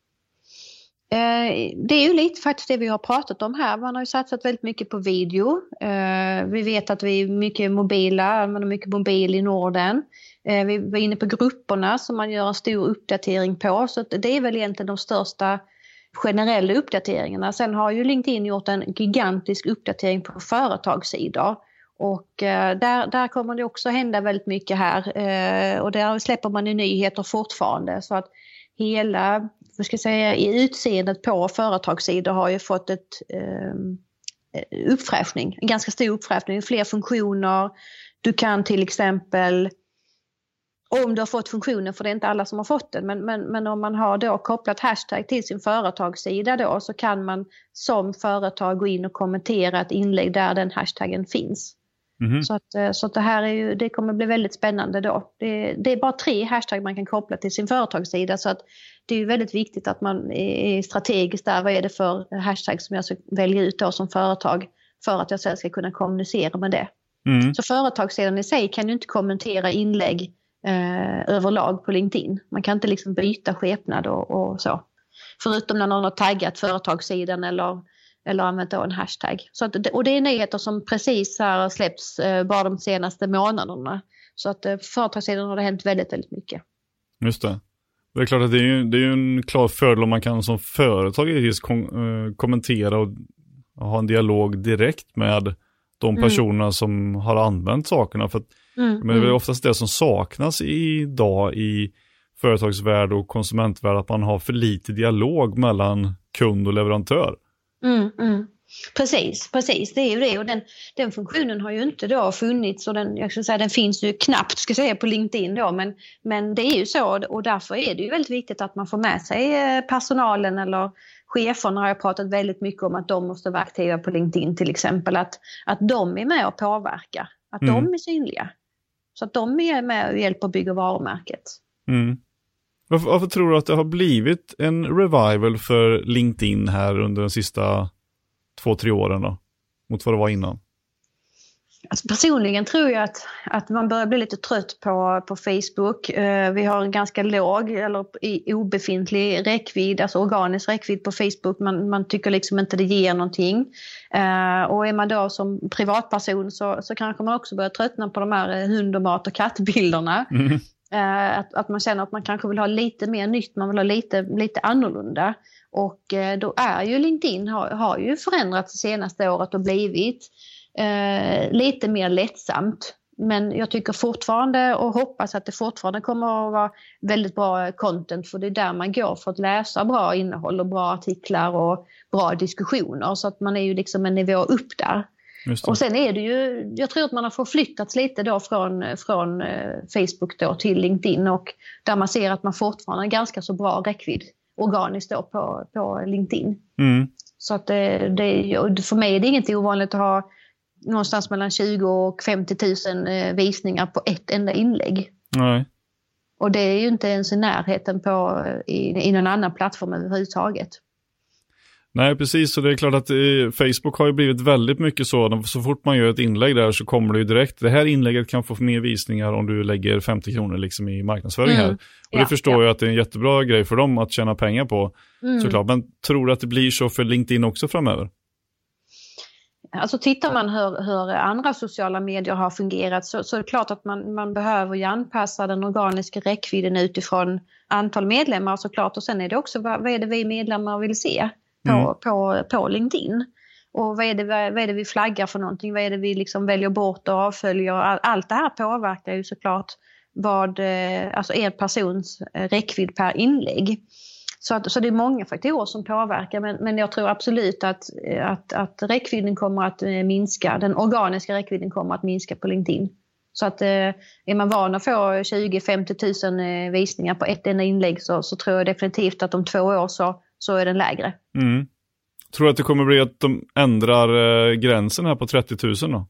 Det är ju lite faktiskt det vi har pratat om här. Man har ju satsat väldigt mycket på video. Vi vet att vi är mycket mobila, man har mycket mobil i Norden. Vi var inne på grupperna som man gör en stor uppdatering på. Så det är väl egentligen de största generella uppdateringarna. Sen har ju LinkedIn gjort en gigantisk uppdatering på företagssidor. Och där kommer det också hända väldigt mycket här. Och där släpper man i nyheter fortfarande. Så att hela, vad ska jag säga, i utseendet på företagssidor har ju fått en ganska stor uppfräschning, fler funktioner. Du kan till exempel, om du har fått funktionen, för det är inte alla som har fått den, men om man har då kopplat hashtag till sin företagssida då, så kan man som företag gå in och kommentera ett inlägg där den hashtaggen finns. Mm-hmm. Så att det här det kommer bli väldigt spännande då. Det är bara 3 hashtag man kan koppla till sin företagssida, så att det är väldigt viktigt att man är strategisk där. Vad är det för hashtag som jag ska välja ut då som företag för att jag sen ska kunna kommunicera med det. Mm. Så företagssidan i sig kan ju inte kommentera inlägg överlag på LinkedIn. Man kan inte liksom byta skepnad och så. Förutom när någon har taggat företagssidan eller använt då en hashtag. Och det är nyheter som precis har släppts bara de senaste månaderna. Så att företagssidan har det hänt väldigt, väldigt mycket. Just det. Det är klart att det är ju en klar fördel om man kan som företag kommentera och ha en dialog direkt med de personerna som har använt sakerna. För att, men det är väl oftast det som saknas idag i företagsvärld och konsumentvärld, att man har för lite dialog mellan kund och leverantör. Precis, det är ju det, och den funktionen har ju inte då funnits, och den finns ju knappt på LinkedIn då, men det är ju så, och därför är det ju väldigt viktigt att man får med sig personalen, eller cheferna har jag pratat väldigt mycket om att de måste vara aktiva på LinkedIn till exempel, att de är med och påverkar, att de är synliga, så att de är med och hjälper att bygga varumärket. Varför tror du att det har blivit en revival för LinkedIn här under de sista 2-3 åren då, mot vad det var innan? Alltså personligen tror jag att man börjar bli lite trött på Facebook. Vi har en ganska låg eller obefintlig räckvidd, alltså organisk räckvidd på Facebook. Man tycker liksom inte det ger någonting. Och är man då som privatperson så kanske man också börjar tröttna på de här hund- och mat- och kattbilderna. Att man känner att man kanske vill ha lite mer nytt, man vill ha lite annorlunda. Och då är ju LinkedIn har ju förändrats det senaste året och blivit lite mer lättsamt. Men jag tycker fortfarande och hoppas att det fortfarande kommer att vara väldigt bra content, för det är där man går för att läsa bra innehåll och bra artiklar och bra diskussioner, så att man är ju liksom en nivå upp där. Och sen är det ju, jag tror att man har förflyttats lite då från Facebook då till LinkedIn, och där man ser att man fortfarande har ganska så bra räckvidd organiskt då på LinkedIn. Så att för mig är det inget ovanligt att ha någonstans mellan 20 och 50 000 visningar på ett enda inlägg. Nej. Och det är ju inte ens i närheten i någon annan plattform överhuvudtaget. Nej, precis. Så det är klart att Facebook har ju blivit väldigt mycket så fort man gör ett inlägg där så kommer det ju direkt. Det här inlägget kan få mer visningar om du lägger 50 kronor liksom i marknadsföring här. Och det förstår jag att det är en jättebra grej för dem att tjäna pengar på. Såklart. Men tror du att det blir så för LinkedIn också framöver? Alltså tittar man hur andra sociala medier har fungerat så är det klart att man behöver ju anpassa den organiska räckvidden utifrån antal medlemmar såklart. Och sen är det också vad är det vi medlemmar vill se på LinkedIn. Och vad är det vi flaggar för någonting? Vad är det vi liksom väljer bort och avföljer? Allt det här påverkar ju såklart alltså en persons räckvidd per inlägg. Så det är många faktorer som påverkar, men jag tror absolut att räckvidden kommer att minska. Den organiska räckvidden kommer att minska på LinkedIn. Så att är man van att få 20-50 000 visningar på ett enda inlägg så tror jag definitivt att om 2 år så är den lägre. Tror du att det kommer bli att de ändrar gränsen här på 30 000 då?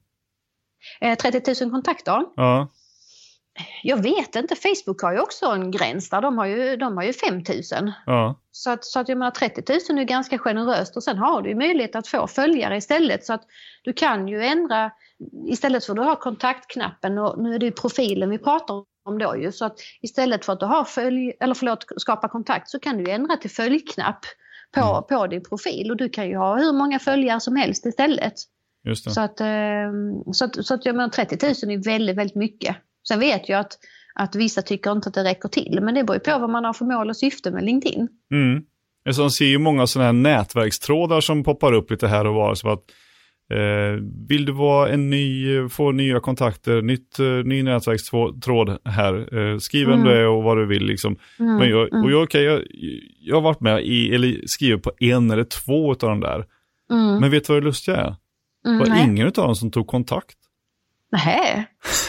30 000 kontakter? Ja. Jag vet inte, Facebook har ju också en gräns där, de har ju 5 000. Ja. Så att jag menar 30 000 är ganska generöst och sen har du ju möjlighet att få följare istället. Så att du kan ju ändra, istället för att du har kontaktknappen, och nu är det ju profilen vi pratar om då ju. Så att istället för att du har skapa kontakt så kan du ändra till följknapp på din profil. Och du kan ju ha hur många följare som helst istället. Just det. Så att jag menar 30 000 är väldigt, väldigt mycket. Sen vet jag att vissa tycker inte att det räcker till. Men det beror på vad man har för mål och syfte med LinkedIn. Jag ser ju många sådana här nätverkstrådar som poppar upp lite här och var. Så att, vill du vara få nya kontakter, ny nätverkstråd här. Skriv om det och vad du vill. Liksom. Men jag har varit med eller skrivit på 1 eller 2 av de där. Men vet du vad det lustiga är? Det var ingen av dem som tog kontakt. Nej.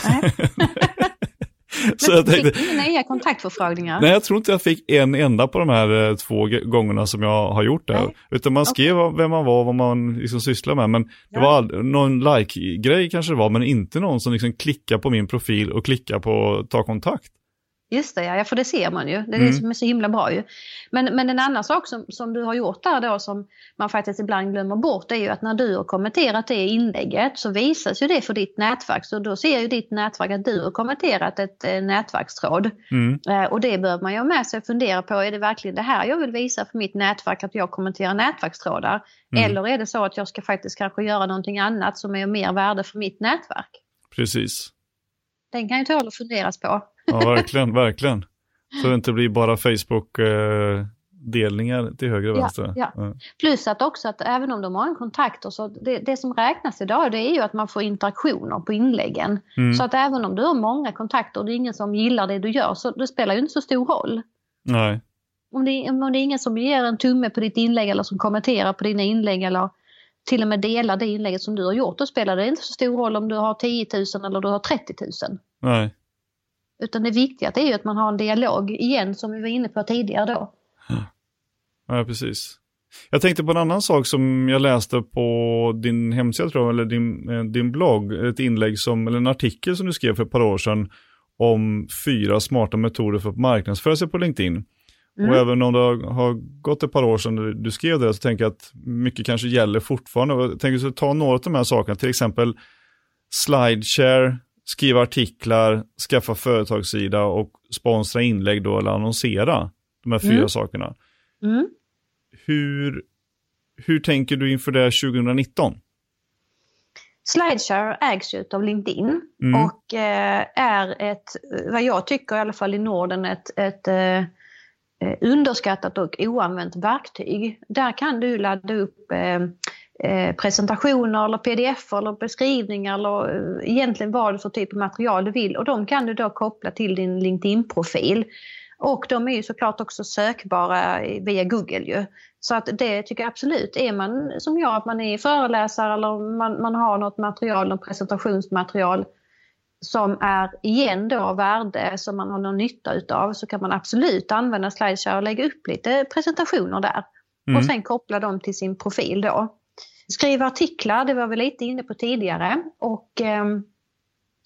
Så men fick du nya kontaktförfrågningar? Nej, jag tror inte jag fick en enda på de här 2 gångerna som jag har gjort det. Nej. Utan man skrev vem man var, vad man liksom sysslar med. Men det var någon like-grej kanske det var, men inte någon som liksom klickar på min profil och klickar på ta kontakt. Just det, ja, för det ser man ju. Det är det som är så himla bra ju. Men en annan sak som du har gjort där då som man faktiskt ibland glömmer bort är ju att när du har kommenterat det inlägget så visas ju det för ditt nätverk. Så då ser ju ditt nätverk att du har kommenterat ett nätverkstråd. Och det bör man ju ha med sig och fundera på. Är det verkligen det här jag vill visa för mitt nätverk att jag kommenterar nätverkstrådar? Eller är det så att jag ska faktiskt kanske göra någonting annat som är mer värde för mitt nätverk? Precis. Den kan ju tåla att funderas på. Ja, verkligen. Så det inte blir bara Facebook-delningar till höger och vänster. Ja. Plus att också att även om de har en kontakt, så det som räknas idag det är ju att man får interaktioner på inläggen. Så att även om du har många kontakter och det är ingen som gillar det du gör så det spelar ju inte så stor roll. Nej. Om det är ingen som ger en tumme på ditt inlägg eller som kommenterar på dina inlägg eller till och med delar det inlägget som du har gjort, då spelar det inte så stor roll om du har 10 000 eller du har 30 000. Nej. Utan det viktiga är ju att man har en dialog igen som vi var inne på tidigare då. Ja, precis. Jag tänkte på en annan sak som jag läste på din hemsida tror jag, eller din blogg. Ett inlägg eller en artikel som du skrev för ett par år sedan om 4 smarta metoder för att marknadsföra sig på LinkedIn. Och även om det har gått ett par år sedan du skrev det så tänker jag att mycket kanske gäller fortfarande. Jag tänker så ta några av de här sakerna, till exempel slideshare, skriva artiklar, skaffa företagssida och sponsra inlägg då eller annonsera de här 4 sakerna. Hur tänker du inför det 2019? Slideshare ägs ju av LinkedIn och är vad jag tycker i alla fall i Norden, ett underskattat och oanvänt verktyg. Där kan du ladda upp presentationer eller pdf eller beskrivningar eller egentligen vad det för typ av material du vill och de kan du då koppla till din LinkedIn-profil. Och de är ju såklart också sökbara via Google ju. Så att det tycker jag absolut. Är man som jag, att man är föreläsare eller man har något material, något presentationsmaterial som är igen då värde som man har någon nytta utav, så kan man absolut använda Slideshare och lägga upp lite presentationer där. Och sen koppla dem till sin profil då. Skriva artiklar, det var vi lite inne på tidigare. Och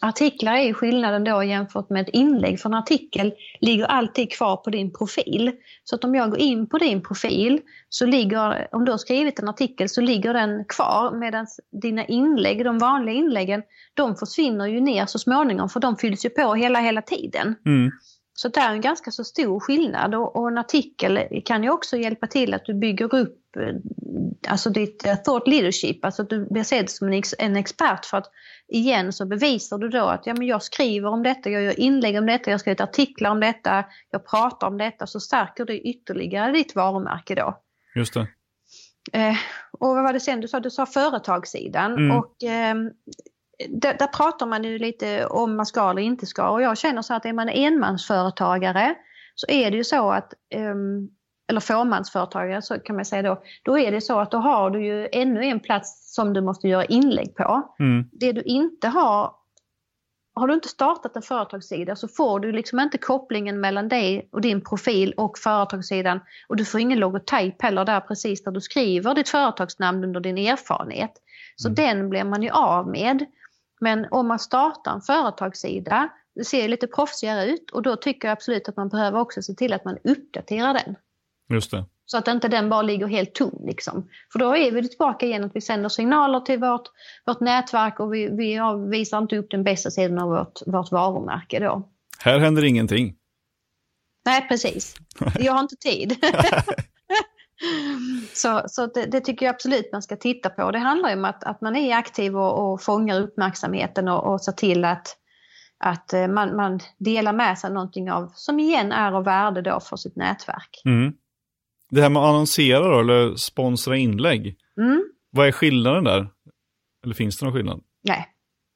artiklar är ju skillnaden då jämfört med ett inlägg. För en artikel ligger alltid kvar på din profil. Så att om jag går in på din profil så ligger, om du har skrivit en artikel så ligger den kvar. Medan dina inlägg, de vanliga inläggen, de försvinner ju ner så småningom för de fylls ju på hela tiden. Mm. Så det är en ganska så stor skillnad och en artikel kan ju också hjälpa till att du bygger upp alltså ditt thought leadership, alltså att du blir sedd som en expert för att igen så bevisar du då att ja, men jag skriver om detta, jag gör inlägg om detta, jag skriver artiklar om detta, jag pratar om detta, så stärker det ytterligare ditt varumärke då. Just det. Och vad var det sen du sa företagssidan och där pratar man ju lite om man ska eller inte ska, och jag känner så att är man enmansföretagare så är det ju så att eller fåmansföretagare så kan man säga då är det så att då har du ju ännu en plats som du måste göra inlägg på. Det du inte har du inte startat en företagssida så får du liksom inte kopplingen mellan dig och din profil och företagssidan, och du får ingen logotyp heller där precis där du skriver ditt företagsnamn under din erfarenhet. Så den blir man ju av med. Men om man startar en företagssida, det ser lite proffsigare ut, och då tycker jag absolut att man behöver också se till att man uppdaterar den. Just det. Så att inte den bara ligger helt tom liksom. För då är vi tillbaka igen att vi sänder signaler till vårt nätverk och vi visar inte upp den bästa sidan av vårt varumärke då. Här händer ingenting. Nej, precis. Jag har inte tid. Så det tycker jag absolut man ska titta på. Det handlar ju om att man är aktiv och fångar uppmärksamheten och ser till att man delar med sig någonting som igen är av värde då för sitt nätverk. Det här med att annonsera då, eller sponsra inlägg. Vad är skillnaden där? Eller finns det någon skillnad? Nej.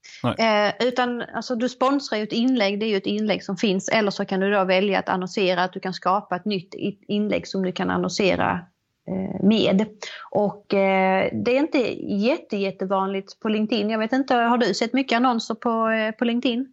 Utan alltså, du sponsrar ju ett inlägg, det är ju ett inlägg som finns, eller så kan du då välja att annonsera, att du kan skapa ett nytt inlägg som du kan annonsera med. Och det är inte jättevanligt på LinkedIn. Jag vet inte, har du sett mycket annonser på LinkedIn?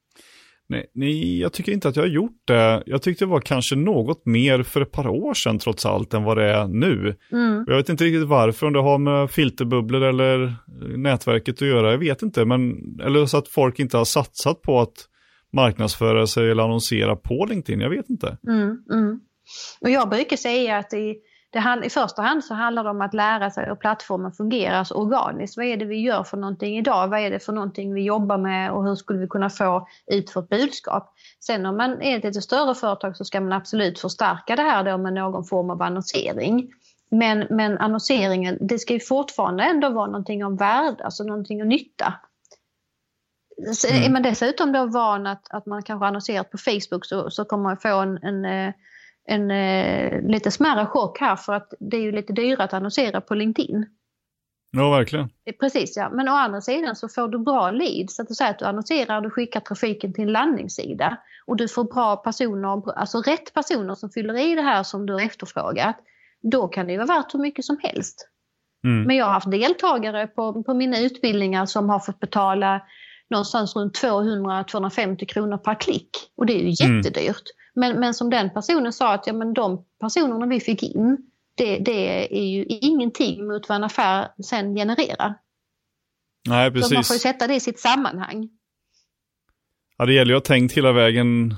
Nej, jag tycker inte att jag har gjort det. Jag tyckte det var kanske något mer för ett par år sedan trots allt än vad det är nu. Jag vet inte riktigt varför, om det har med filterbubblor eller nätverket att göra, jag vet inte. Eller så att folk inte har satsat på att marknadsföra sig eller annonsera på LinkedIn, jag vet inte. Och jag brukar säga att i första hand så handlar det om att lära sig hur plattformen fungerar så organiskt. Vad är det vi gör för någonting idag? Vad är det för någonting vi jobbar med och hur skulle vi kunna få ut vårt budskap? Sen om man är ett lite större företag så ska man absolut förstärka det här då med någon form av annonsering. Men annonseringen, det ska ju fortfarande ändå vara någonting om värde, alltså någonting av nytta. Så är man dessutom då van att man kanske annonserar på Facebook så kommer man få en lite smärre chock här, för att det är ju lite dyrare att annonsera på LinkedIn. Ja, verkligen. Precis, ja. Men å andra sidan så får du bra leads. Att du säger att du annonserar och du skickar trafiken till en landningssida. Och du får bra personer, alltså rätt personer som fyller i det här som du har efterfrågat. Då kan det ju vara värt hur mycket som helst. Men jag har haft deltagare på mina utbildningar som har fått betala någonstans runt 200-250 kronor per klick. Och det är ju jättedyrt. Men som den personen sa att ja, men de personerna vi fick in, det är ju ingenting mot vad en affär sen genererar. Nej, precis. Så man får ju sätta det i sitt sammanhang. Ja, det gäller ju att ha tänkt hela vägen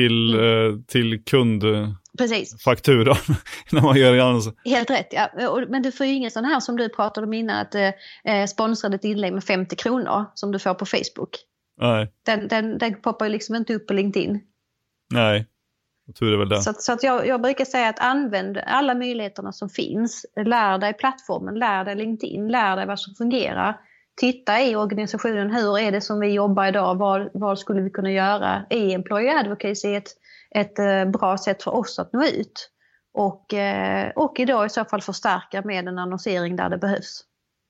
till kundfakturan när man gör det annars. Helt rätt, ja. Men du får ju ingen sån här som du pratade om innan, att sponsra ett inlägg med 50 kronor som du får på Facebook. Nej. Den poppar ju liksom inte upp på LinkedIn. Nej. Tur är väl det. Så att jag brukar säga att använd alla möjligheterna som finns. Lär dig plattformen, lär dig LinkedIn, lär dig vad som fungerar. Titta i organisationen, hur är det som vi jobbar idag? Vad skulle vi kunna göra? Är employee advocacy ett bra sätt för oss att nå ut? Och idag i så fall förstärka med en annonsering där det behövs.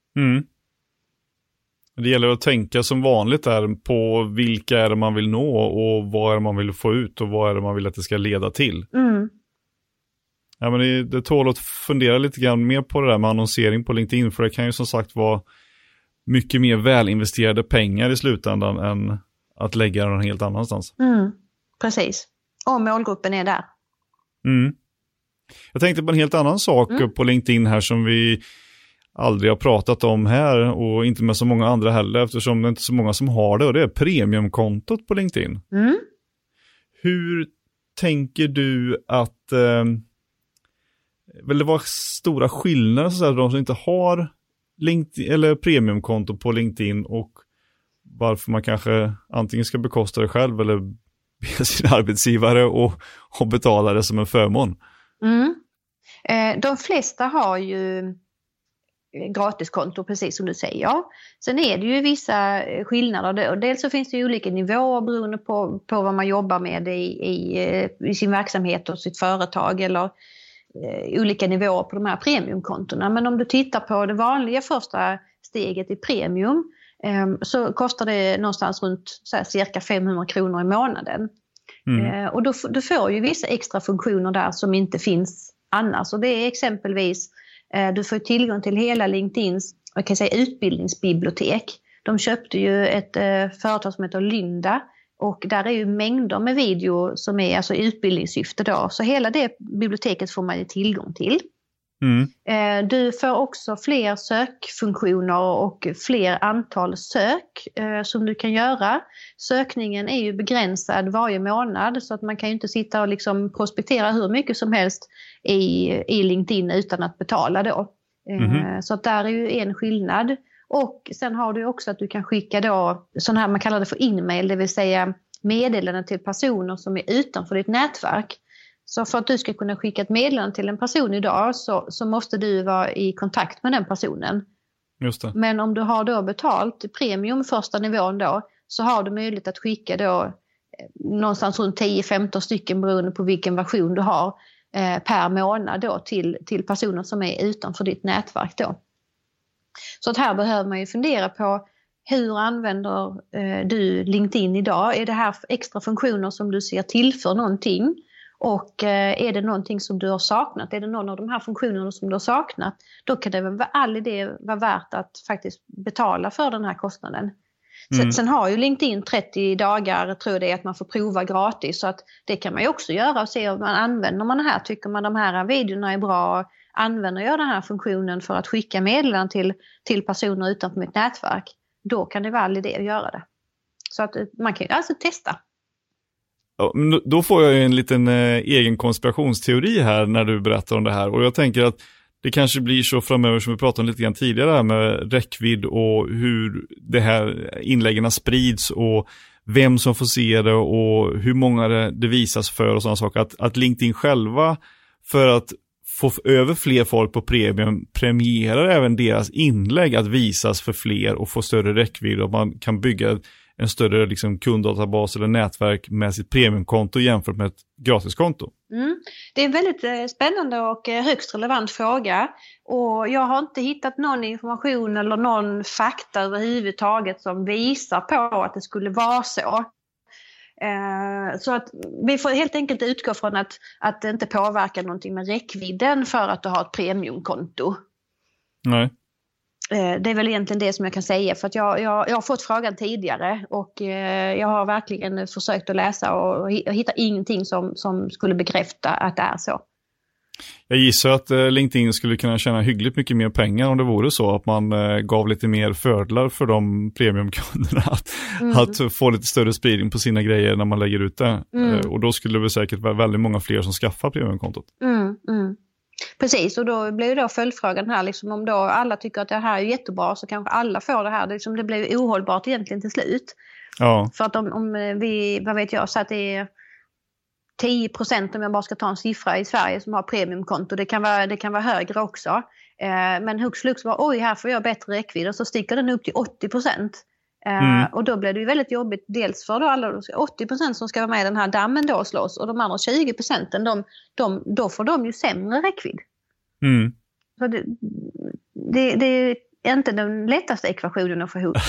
Det gäller att tänka som vanligt där på vilka är det man vill nå och vad är det man vill få ut och vad är det man vill att det ska leda till. Ja, men det tål att fundera lite grann mer på det där med annonsering på LinkedIn, för det kan ju som sagt vara mycket mer välinvesterade pengar i slutändan än att lägga den helt annanstans. Precis. Och målgruppen är där. Jag tänkte på en helt annan sak på LinkedIn här som aldrig har pratat om här och inte med så många andra heller, eftersom det inte är så många som har det, och det är premiumkontot på LinkedIn. Mm. Hur tänker du att vill det vara stora skillnader så att de som inte har LinkedIn eller premiumkonto på LinkedIn, och varför man kanske antingen ska bekosta det själv eller be sin arbetsgivare och betala det som en förmån? Mm. De flesta har ju gratiskonto, precis som du säger. Sen är det ju vissa skillnader. Dels så finns det ju olika nivåer beroende på vad man jobbar med i sin verksamhet och sitt företag, eller olika nivåer på de här premiumkontona. Men om du tittar på det vanliga första steget i premium, så kostar det någonstans runt cirka 500 kronor i månaden. Och då får ju vissa extra funktioner där som inte finns annars. Och det är exempelvis, du får tillgång till hela LinkedIns utbildningsbibliotek. De köpte ju ett företag som heter Lynda, och där är ju mängder med video som är alltså i utbildningssyfte då. Så hela det biblioteket får man ju tillgång till. Du får också fler sökfunktioner och fler antal sök som du kan göra. Sökningen är ju begränsad varje månad, så att man kan ju inte sitta och liksom prospektera hur mycket som helst i LinkedIn utan att betala då. Så att där är ju en skillnad. Och sen har du också att du kan skicka då sån här, man kallar det för in-mail, det vill säga meddelanden till personer som är utanför ditt nätverk. Så för att du ska kunna skicka ett meddelande till en person idag så måste du vara i kontakt med den personen. Just det. Men om du har då betalt premium första nivån då, så har du möjlighet att skicka då någonstans runt 10-15 stycken beroende på vilken version du har per månad då till personer som är utanför ditt nätverk då. Så att här behöver man ju fundera på, hur använder du LinkedIn idag? Är det här extra funktioner som du ser tillför någonting? Och är det någonting som du har saknat? Är det någon av de här funktionerna som du har saknat? Då kan det väl all idé vara värt att faktiskt betala för den här kostnaden. Sen har ju LinkedIn 30 dagar, tror jag det är, att man får prova gratis. Så att det kan man ju också göra och se om man använder man det här. Tycker man de här videorna är bra? Använder jag den här funktionen för att skicka meddelanden till personer utanför mitt nätverk? Då kan det vara all idé att göra det. Så att man kan ju alltså testa. Ja, men då får jag en liten egen konspirationsteori här när du berättar om det här. Och jag tänker att det kanske blir så framöver, som vi pratade om lite grann tidigare här, med räckvidd och hur det här inläggen sprids och vem som får se det och hur många det visas för och sådana saker. Att LinkedIn själva, för att få över fler folk på premium, premierar även deras inlägg att visas för fler och få större räckvidd, och man kan bygga en större liksom kunddatabas eller nätverk med sitt premiumkonto jämfört med ett gratiskonto. Det är en väldigt spännande och högst relevant fråga, och jag har inte hittat någon information eller någon fakta överhuvudtaget som visar på att det skulle vara så. Så att vi får helt enkelt utgå från att det inte påverkar någonting med räckvidden för att du har ett premiumkonto. Nej. Det är väl egentligen det som jag kan säga, för att jag har fått frågan tidigare, och jag har verkligen försökt att läsa och hittar ingenting som skulle bekräfta att det är så. Jag gissar att LinkedIn skulle kunna tjäna hyggligt mycket mer pengar om det vore så att man gav lite mer fördelar för de premiumkunderna att få lite större spridning på sina grejer när man lägger ut det. Och då skulle det väl säkert vara väldigt många fler som skaffar premiumkontot. Precis, och då blir då följdfrågan här, liksom, om då alla tycker att det här är jättebra, så kanske alla får det här. Det blir ohållbart egentligen till slut. Ja. För att om vi, vad vet jag, så att det är 10%, om jag bara ska ta en siffra, i Sverige som har premiumkonto. Det kan vara högre också. Men hux flux var, oj, här får jag bättre räckvidd, och så sticker den upp till 80%. Och då blir det ju väldigt jobbigt, dels för då alla 80% som ska vara med i den här dammen då slås, och de andra 20% då får de ju sämre räckvidd. Så det är inte den lättaste ekvationen att få ihop.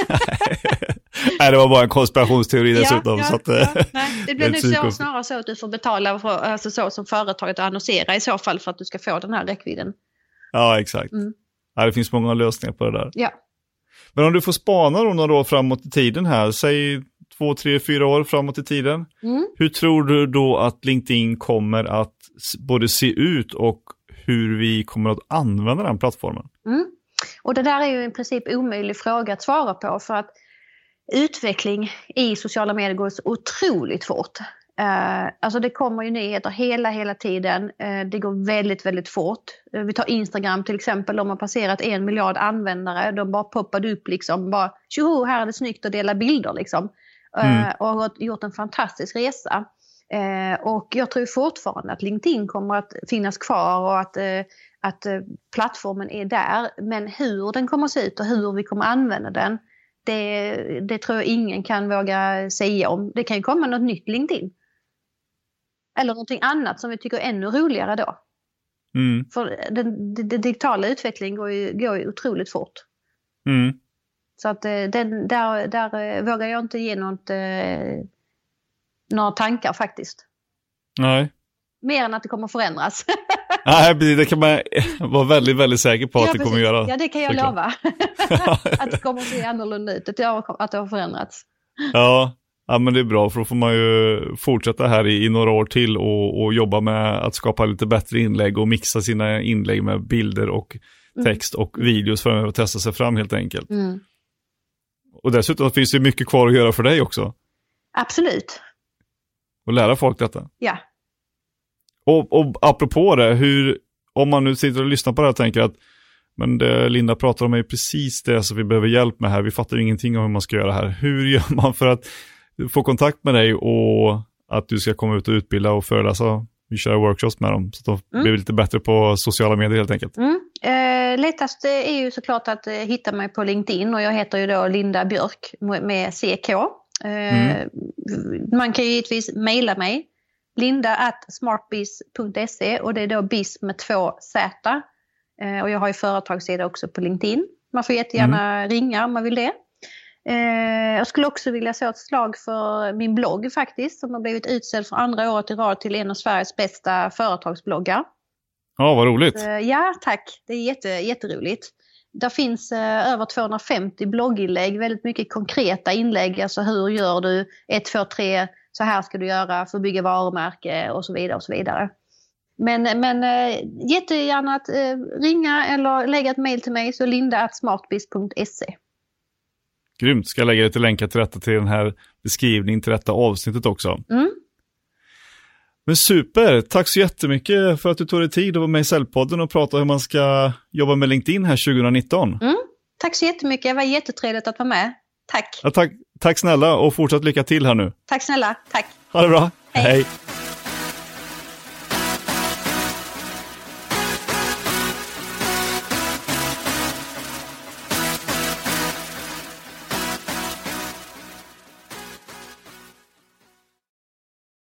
Nej, det var bara en konspirationsteori dessutom. Ja, så att, nej, det blir nu snarare så att du får betala för, alltså så som företaget, att annonsera i så fall för att du ska få den här räckvidden. Ja, exakt. Ja, det finns många lösningar på det där. Ja. Men om du får spana då några år framåt i tiden här, säg 2, 3, 4 år framåt i tiden. Hur tror du då att LinkedIn kommer att både se ut och hur vi kommer att använda den plattformen? Och det där är ju i princip omöjlig fråga att svara på, för att utveckling i sociala medier går så otroligt fort. Alltså det kommer ju nyheter hela tiden. Det går väldigt, väldigt fort. Vi tar Instagram till exempel. De har passerat 1 miljard användare. De bara poppade upp liksom. Bara, tjoho, här är det snyggt att dela bilder liksom. Och har gjort en fantastisk resa. Och jag tror fortfarande att LinkedIn kommer att finnas kvar och att plattformen är där. Men hur den kommer att se ut och hur vi kommer att använda den, det tror jag ingen kan våga säga om. Det kan ju komma något nytt LinkedIn. Eller någonting annat som vi tycker är ännu roligare då. För den digitala utvecklingen går ju otroligt fort. Så att där vågar jag inte ge några tankar faktiskt. Nej. Mer än att det kommer förändras. Nej, det kan man vara väldigt, väldigt säker på att det kommer att göra. Ja, det kan jag lova. Att det kommer att se annorlunda ut. Att det har förändrats. Ja, men det är bra, för då får man ju fortsätta här i några år till och jobba med att skapa lite bättre inlägg och mixa sina inlägg med bilder och text och videos för att testa sig fram helt enkelt. Och dessutom finns det mycket kvar att göra för dig också. Absolut. Och lära folk detta. Ja. Och apropå det, om man nu sitter och lyssnar på det här och tänker att men det Linda pratar om är precis det som vi behöver hjälp med här. Vi fattar ingenting om hur man ska göra här. Hur gör man för att få kontakt med dig och att du ska komma ut och utbilda och föreläsa? Vi kör workshops med dem så att de blir lite bättre på sociala medier helt enkelt. Lättast är ju såklart att hitta mig på LinkedIn, och jag heter ju då Linda Björk med CK. Man kan ju givetvis mejla mig linda@smartbiz.se, och det är då biz med 2 Z. Och jag har ju företagssida också på LinkedIn. Man får jättegärna ringa om man vill det. Jag skulle också vilja säga ett slag för min blogg faktiskt, som har blivit utsedd för 2:a året i rad till en av Sveriges bästa företagsbloggar. Ja, vad roligt. Ja, tack. Det är jätteroligt. Där finns över 250 blogginlägg, väldigt mycket konkreta inlägg. Alltså hur gör du 1, 2, 3, så här ska du göra för att bygga varumärke och så vidare och så vidare. Men jättegärna att ringa eller lägga ett mejl till mig, så linda@smartbiz.se. Grymt, ska jag lägga det till länkar till rätta till den här beskrivningen till detta avsnittet också. Men super, tack så jättemycket för att du tog dig tid att vara med i Säljpodden och prata hur man ska jobba med LinkedIn här 2019. Tack så jättemycket, det var jättetrevligt att vara med. Tack. Ja, tack snälla och fortsatt lycka till här nu. Tack snälla, tack. Ha det bra, hej.